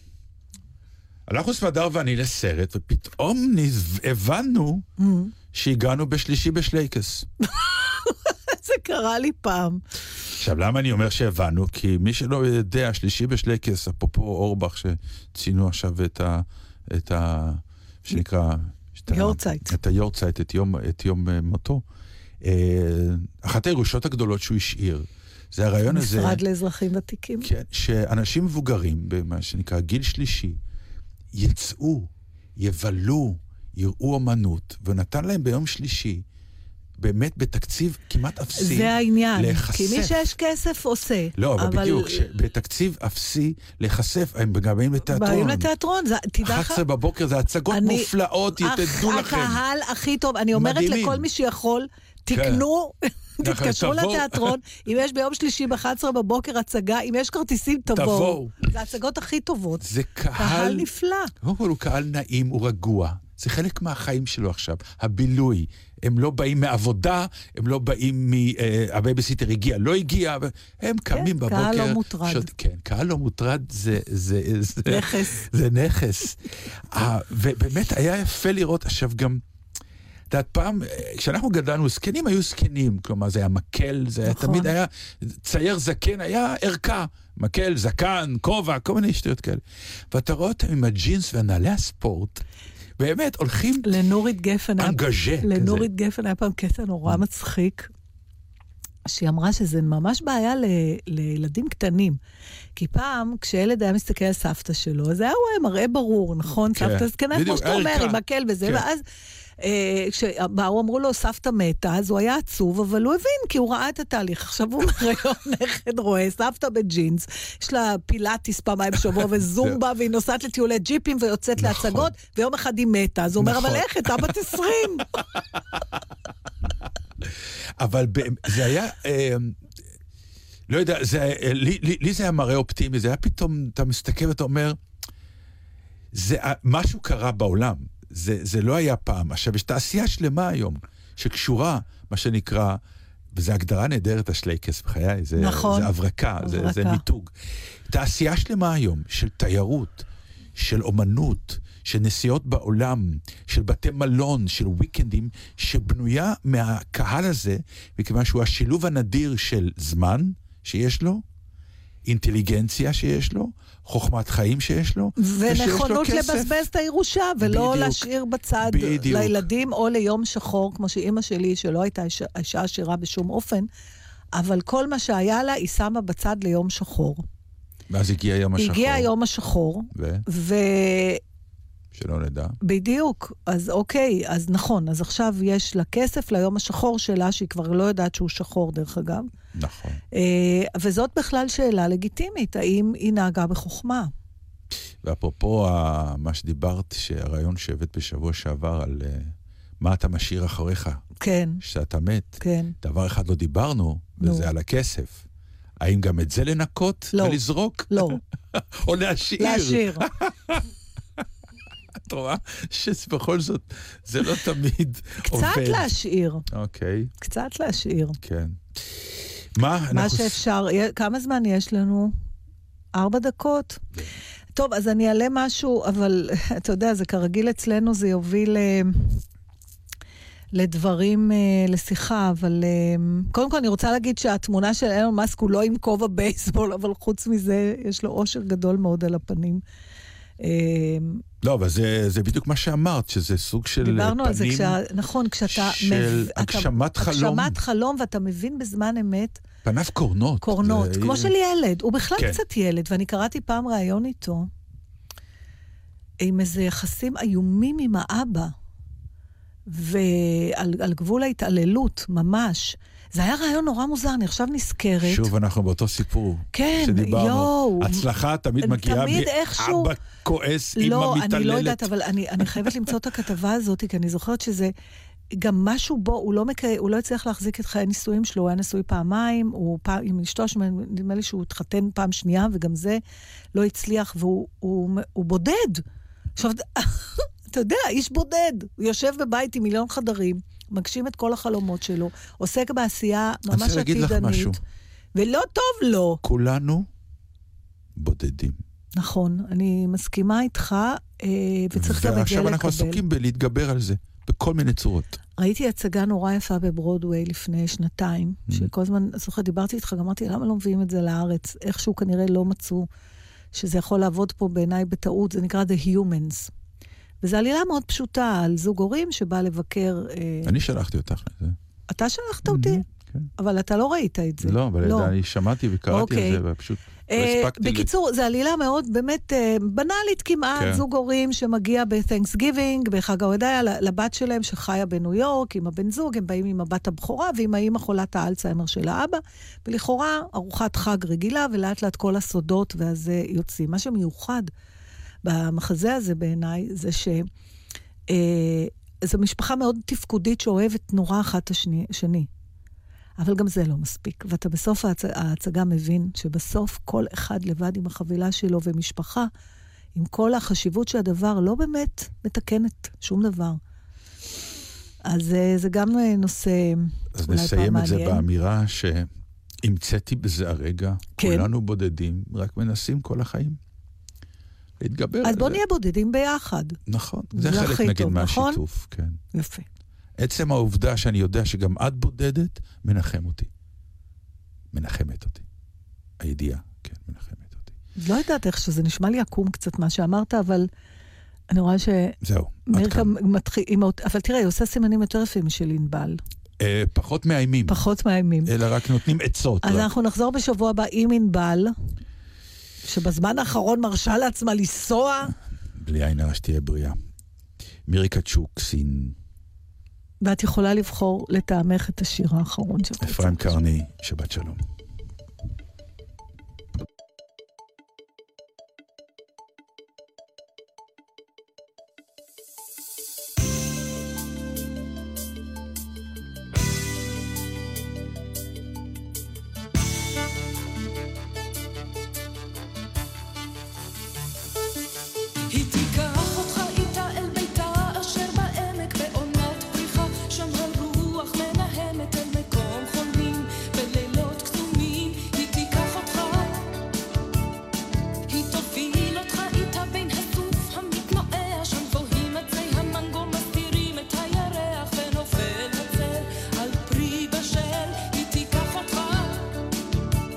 הלכנו סמדר ואני לסרט, ופתאום הבנו שהגענו בשלישי בשלייקס. זה קרה לי פעם. עכשיו, למה אני אומר שהבנו? כי מי שלא יודע, שלישי בשלייקס, אפרופו אורבך, שציינו עכשיו את ה... את ה... שנקרא... יורצייט. את היורצייט, את יום, את יום מותו. אחת הירושות הגדולות שהוא השאיר, זה הרעיון הזה... משרד לאזרחים ותיקים. כן, שאנשים מבוגרים, במה שנקרא גיל שלישי, יצאו, יבלו, יראו אמנות, ונתן להם ביום שלישי, באמת בתקציב כמעט אפסי. זה העניין, להיחשף. כי מי שיש כסף עושה. לא, אבל, אבל... בדיוק, בתקציב אפסי להיחשף, הם גם באים לתיאטרון. באים לתיאטרון, זה, תדע לך... אחת עשרה בבוקר, זה הצגות אני... מופלאות, תדעו לכם. הקהל הכי טוב, אני אומרת מדהימים. לכל מי שיכול, תקנו, תתקשרו לתיאטרון, אם יש ביום שלישי ב-אחת עשרה בבוקר הצגה, אם יש כרטיסים, תבואו. תבואו. זה הצגות הכי טובות. זה קהל... קהל נפלא. הוא קהל נעים, הוא רגוע. זה חלק מהחיים שלו עכשיו, הבילוי. הם לא באים מעבודה, הם לא באים מהבייביסיטר הגיע, לא הגיע, הם קמים בבוקר. קהל לא מוטרד. כן, קהל לא מוטרד זה... נכס. זה נכס. ובאמת היה יפה לראות עכשיו גם, את יודעת, פעם, כשאנחנו גדלנו, זקנים היו זקנים, כלומר, זה היה מקל, זה תמיד היה, צייר זקן היה ערכה, מקל, זקן, כובע, כל מיני שטויות כאלה. ואתה רואה אותם עם הג'ינס והנעלי הספורט, באמת, הולכים... לנורית גפן... אנגז'ה כזה. לנורית גפן היה פעם קטע נורא מצחיק, שהיא אמרה שזה ממש בעיה ל... לילדים קטנים. כי פעם, כשילד היה מסתכל על סבתא שלו, אז היה רואה מראה ברור, נכון? כן. סבתא זקנה, כמו שאתה אומר, עם מקל וזה, כן. ואז... כשבאו אמרו לו סבתא מתה, אז הוא היה עצוב, אבל הוא הבין, כי הוא ראה את התהליך. עכשיו הוא אומר, היום נכד רואה, סבתא בג'ינס, יש לה פילאטיס פעמיים בשבוע וזומבה, והיא נוסעת לטיולי ג'יפים ויוצאת להצגות, ויום אחד היא מתה. אז הוא אומר, אבל איך, אתה בת עשרים. אבל זה היה... לא יודע, לי זה היה מראה אופטימי, זה היה פתאום, אתה מסתכל ואתה אומר, משהו קרה בעולם. זה, זה לא היה פעם. עכשיו, יש תעשייה שלמה היום, שקשורה, מה שנקרא, וזו הגדרה נהדרת השלייקס בחיי, זה, נכון. זה הברקה, זה, זה מיתוג. תעשייה שלמה היום, של תיירות, של אומנות, של נסיעות בעולם, של בתי מלון, של וויקנדים, שבנויה מהקהל הזה, מכיוון שהוא השילוב הנדיר של זמן שיש לו, אינטליגנציה שיש לו, חוכמת חיים שיש לו, ונכונות לבזבז את הירושה, ולא בדיוק, להשאיר בצד בדיוק. לילדים או ליום שחור, כמו שאימא שלי, שלא הייתה אישה עשירה בשום אופן, אבל כל מה שהיה לה, היא שמה בצד ליום שחור. ואז הגיע יום השחור. הגיע יום השחור. ו... ו... שלא נדע. בדיוק. אז אוקיי, אז נכון, אז עכשיו יש לה כסף ליום השחור שלה, שהיא כבר לא יודעת שהוא שחור דרך אגב. נכון. וזאת בכלל שאלה לגיטימית, האם היא נהגה בחוכמה? ואפרופו מה שדיברת, שהרעיון שהבאת בשבוע שעבר על מה אתה משאיר אחריך. כן. שאתה מת. כן. דבר אחד לא דיברנו, וזה לא. על הכסף. האם גם את זה לנקות לא. ולזרוק? לא. או להשאיר? להשאיר. את רואה שבכל זאת זה לא תמיד עובד. קצת להשאיר. אוקיי. קצת להשאיר. כן. מה? מה שאפשר. כמה זמן יש לנו? ארבע דקות? טוב, אז אני אעלה משהו, אבל אתה יודע, זה כרגיל אצלנו, זה יוביל לדברים, לשיחה, אבל קודם כל אני רוצה להגיד שהתמונה של אילון מאסק הוא לא עם כובע בייסבול, אבל חוץ מזה יש לו אושר גדול מאוד על הפנים. לא, אבל זה, זה בדיוק מה שאמרת, שזה סוג של דיברנו פנים על זה, כשה, נכון, כשאתה... של מב, הגשמת אתה, חלום. הגשמת חלום, ואתה מבין בזמן אמת... פניו קורנות. קורנות, זה... כמו של ילד. הוא בכלל כן. קצת ילד, ואני קראתי פעם ראיון איתו, עם איזה יחסים איומים עם האבא, ועל על גבול ההתעללות, ממש. זה היה רעיון נורא מוזר, אני עכשיו נזכרת. שוב, אנחנו באותו סיפור. כן, שדיברנו. יואו. הצלחה תמיד מגיעה מאבא כועס עם לא, המתעללת. אני לא יודעת, אבל אני, אני חייבת למצוא את הכתבה הזאת, כי אני זוכרת שזה גם משהו בו, הוא לא, מקרה, הוא לא הצליח להחזיק את חיי הנישואים שלו, הוא היה נשוי פעמיים, הוא פעם, עם אשתו, נדמה לי שהוא התחתן פעם שנייה, וגם זה לא הצליח, והוא הוא, הוא בודד. עכשיו, אתה יודע, איש בודד, הוא יושב בבית עם מיליון חדרים, מגשים את כל החלומות שלו, עוסק בעשייה ממש עתידנית, ולא טוב לו. כולנו בודדים. נכון, אני מסכימה איתך, וצריך גם את זה לקבל. ועכשיו אנחנו עסוקים בלהתגבר על זה, בכל מיני צורות. ראיתי הצגה נורא יפה בברודווי לפני שנתיים, שכל הזמן, זוכרת, דיברתי איתך, אמרתי, למה לא מביאים את זה לארץ? איכשהו כנראה לא מצאו שזה יכול לעבוד פה בעיניי בטעות, זה נקרא The Humans. וזו עלילה מאוד פשוטה על זוג הורים שבא לבקר... אני שלחתי אותך לזה. אתה שלחת אותי? אבל אתה לא ראית את זה. לא, אבל אני שמעתי וקראתי את זה, ופשוט לא הספקתי. בקיצור, זו עלילה מאוד באמת בנאלית כמעט, זוג הורים שמגיע ב-Thanksgiving, בחג ההודיה, לבת שלהם שחיה בניו יורק, עם הבן זוג, הם באים עם הבת הבכורה, ועם האמא חולת האלצהיימר של האבא, ולכאורה ארוחת חג רגילה, ולאט לאט כל הסודות, ואז יוצאים. מה שמיוחד במחזה הזה בעיניי, זה ש... זו משפחה מאוד תפקודית שאוהבת נורא אחת השני. אבל גם זה לא מספיק. ואתה בסוף ההצ... ההצגה מבין שבסוף כל אחד לבד עם החבילה שלו ומשפחה, עם כל החשיבות שהדבר לא באמת מתקנת שום דבר. אז זה גם נושא אז נסיים את זה באמירה שהמצאתי בזה הרגע, כן. כולנו בודדים, רק מנסים כל החיים. להתגבר על זה. אז בוא נהיה בודדים ביחד. נכון, זה, זה חלק נגיד מהשיתוף. כן. יפה. עצם העובדה שאני יודע שגם את בודדת, מנחם אותי. מנחמת אותי. הידיעה, כן, מנחמת אותי. לא יודעת איך שזה נשמע לי עקום קצת מה שאמרת, אבל אני רואה ש... זהו, עד כאן. מתחיל, אבל תראה, היא עושה סימנים יותר יפים של ענבל. אה, פחות מאיימים. פחות מאיימים. אלא רק נותנים עצות. אז רק. אנחנו נחזור בשבוע הבא עם ענבל, שבזמן האחרון מרשה לעצמה לנסוע. בלי עין הרע שתהיה בריאה. מירי קצ'וק, סין. ואת יכולה לבחור לטעמך את השיר האחרון שלך. אפרים קרני, שבת שלום.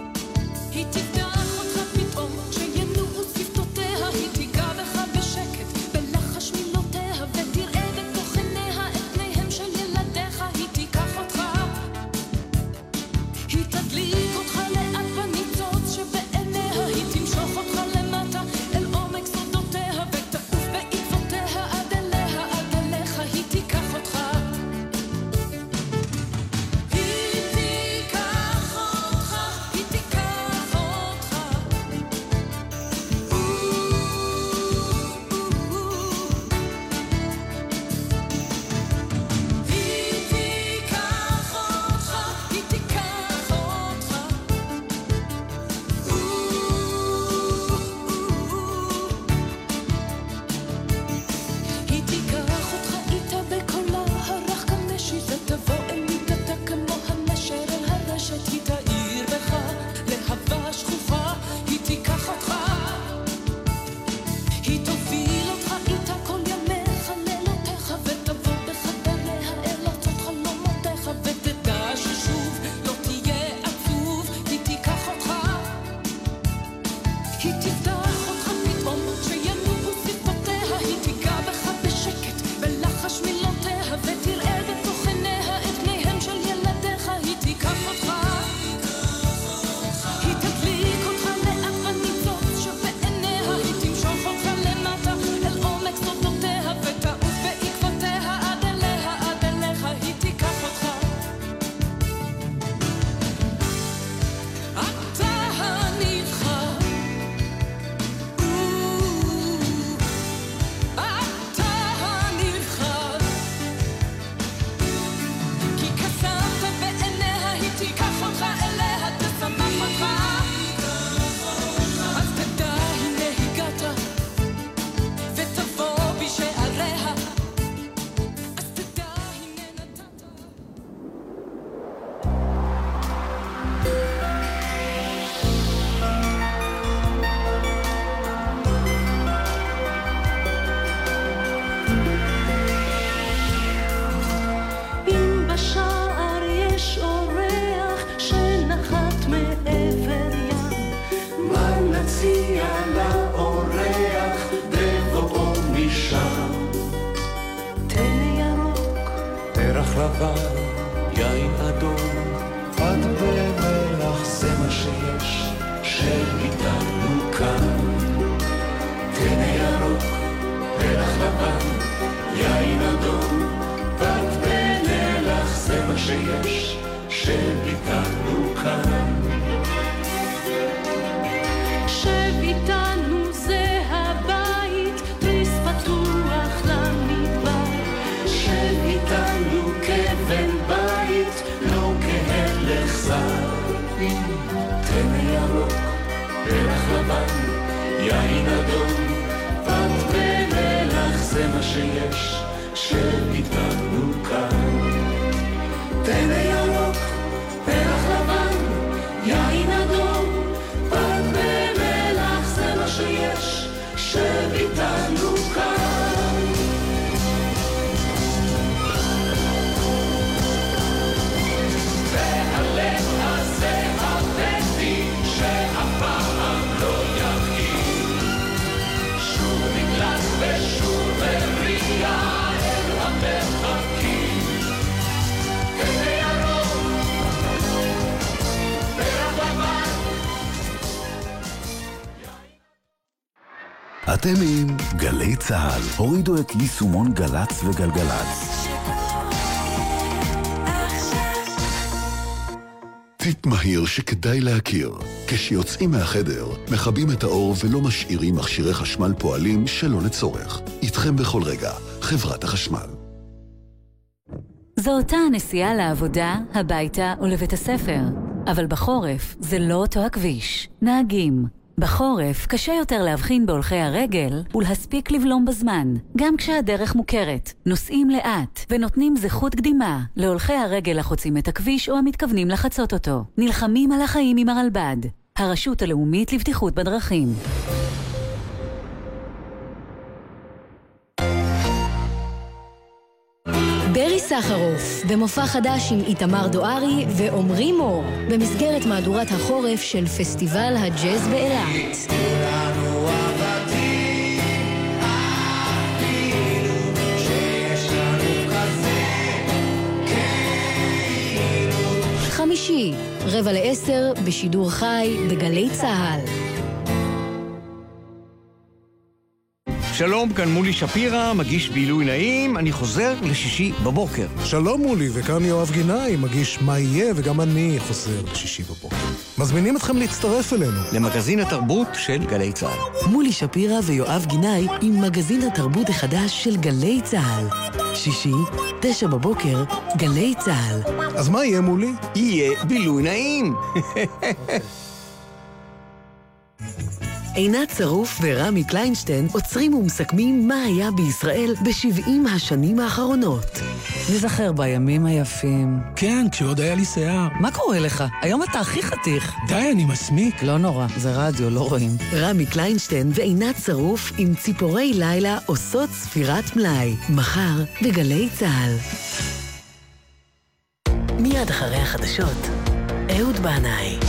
היא תפתח אותך פתאום, שינועו שפתותיה, היא תיגע בך בשקט. היא תפתח אותך פתאום, שינובו שפתותיה, היא תיגע בך בשקט, בלחש מילותיה, ותראה בתוך עיניה את פניהם של ילדיך, היא תיקח אותך, היא תדליק אותך לאט בניצוץ שבעיניה, היא תמשוך אותך למטה אל עומק סודותיה, ותעוף בעקבותיה עד אליה, עד אליך, היא תיקח אותך. אתה הנבחר, אתה הנבחר, כי קסמת בעיניה, היא תיקח אותך אליה, תשמח אותך, אז תדע הנה הגעת, ותבוא בשעריה, אז תדע הנה נתת. אם בשער יש אורח שנחת מעבר ים, מה נציע לאורח בבואו משם? תן ירוק, פרח לבן, יין אדום, פת במלח, זה מה שיש, שאיתנו כאן. תן ירוק, פרח לבן, יין אדום, פת במלח, זה מה שיש, שאיתנו כאן. שב איתנו זה הבית, פריס פתוח למדבר, שב איתנו כבן בית, לא כהלך זר. תן ירוק, פרח לבן, יין אדום, פת במלח, זה מה שיש, שב איתנו כאן. תן ירוק, פרח לבן, יין אדום, פת במלח, זה מה שיש, שב איתנו כאן. והלב הזה הבאתי, שאף פעם לא יבהיר, שוב נגלת ושוב הריע אל המרחקים. תן ירוק, פרח לבן. אתם עם גלי צהל. הורידו את יישומון גלץ וגלגלץ. טיפ מהיר שכדאי להכיר. כשיוצאים מהחדר, מכבים את האור ולא משאירים מכשירי חשמל פועלים שלא לצורך. איתכם בכל רגע, חברת החשמל. זו אותה הנסיעה לעבודה, הביתה ולבית הספר. אבל בחורף זה לא אותו הכביש. נהגים. בחורף קשה יותר להבחין בהולכי הרגל ולהספיק לבלום בזמן, גם כשהדרך מוכרת. נוסעים לאט ונותנים זכות קדימה להולכי הרגל החוצים את הכביש או המתכוונים לחצות אותו. נלחמים על החיים עם הרלב"ד, הרשות הלאומית לבטיחות בדרכים. ברי סחרוף, במופע חדש עם איתמר דוארי ועומרי מור, במסגרת מהדורת החורף של פסטיבל הג'אז באילת. חמישי, רבע לעשר, בשידור חי בגלי צהל. שלום, כאן מולי שפירה, מגיש בילוי נעים, אני חוזר לשישי בבוקר. שלום מולי, וכאן יואב גינאי, מגיש מה יהיה, וגם אני חוזר לשישי בבוקר. מזמינים אתכם להצטרף אלינו. למגזין התרבות של גלי צהל. מולי שפירה ויואב גינאי עם מגזין התרבות החדש של גלי צהל. שישי, תשע בבוקר, גלי צהל. אז מה יהיה מולי? יהיה בילוי נעים. עינת צרוף ורמי קליינשטיין עוצרים ומסכמים מה היה בישראל ב-שבעים השנים האחרונות. נזכר בימים היפים. כן, כשעוד היה לי שיער. מה קורה לך? היום אתה הכי חתיך. די, אני מסמיק. לא נורא, זה רדיו, לא רואים. רמי קליינשטיין ועינת צרוף עם ציפורי לילה עושות ספירת מלאי. מחר בגלי צהל. מיד אחרי החדשות, אהוד בנאי.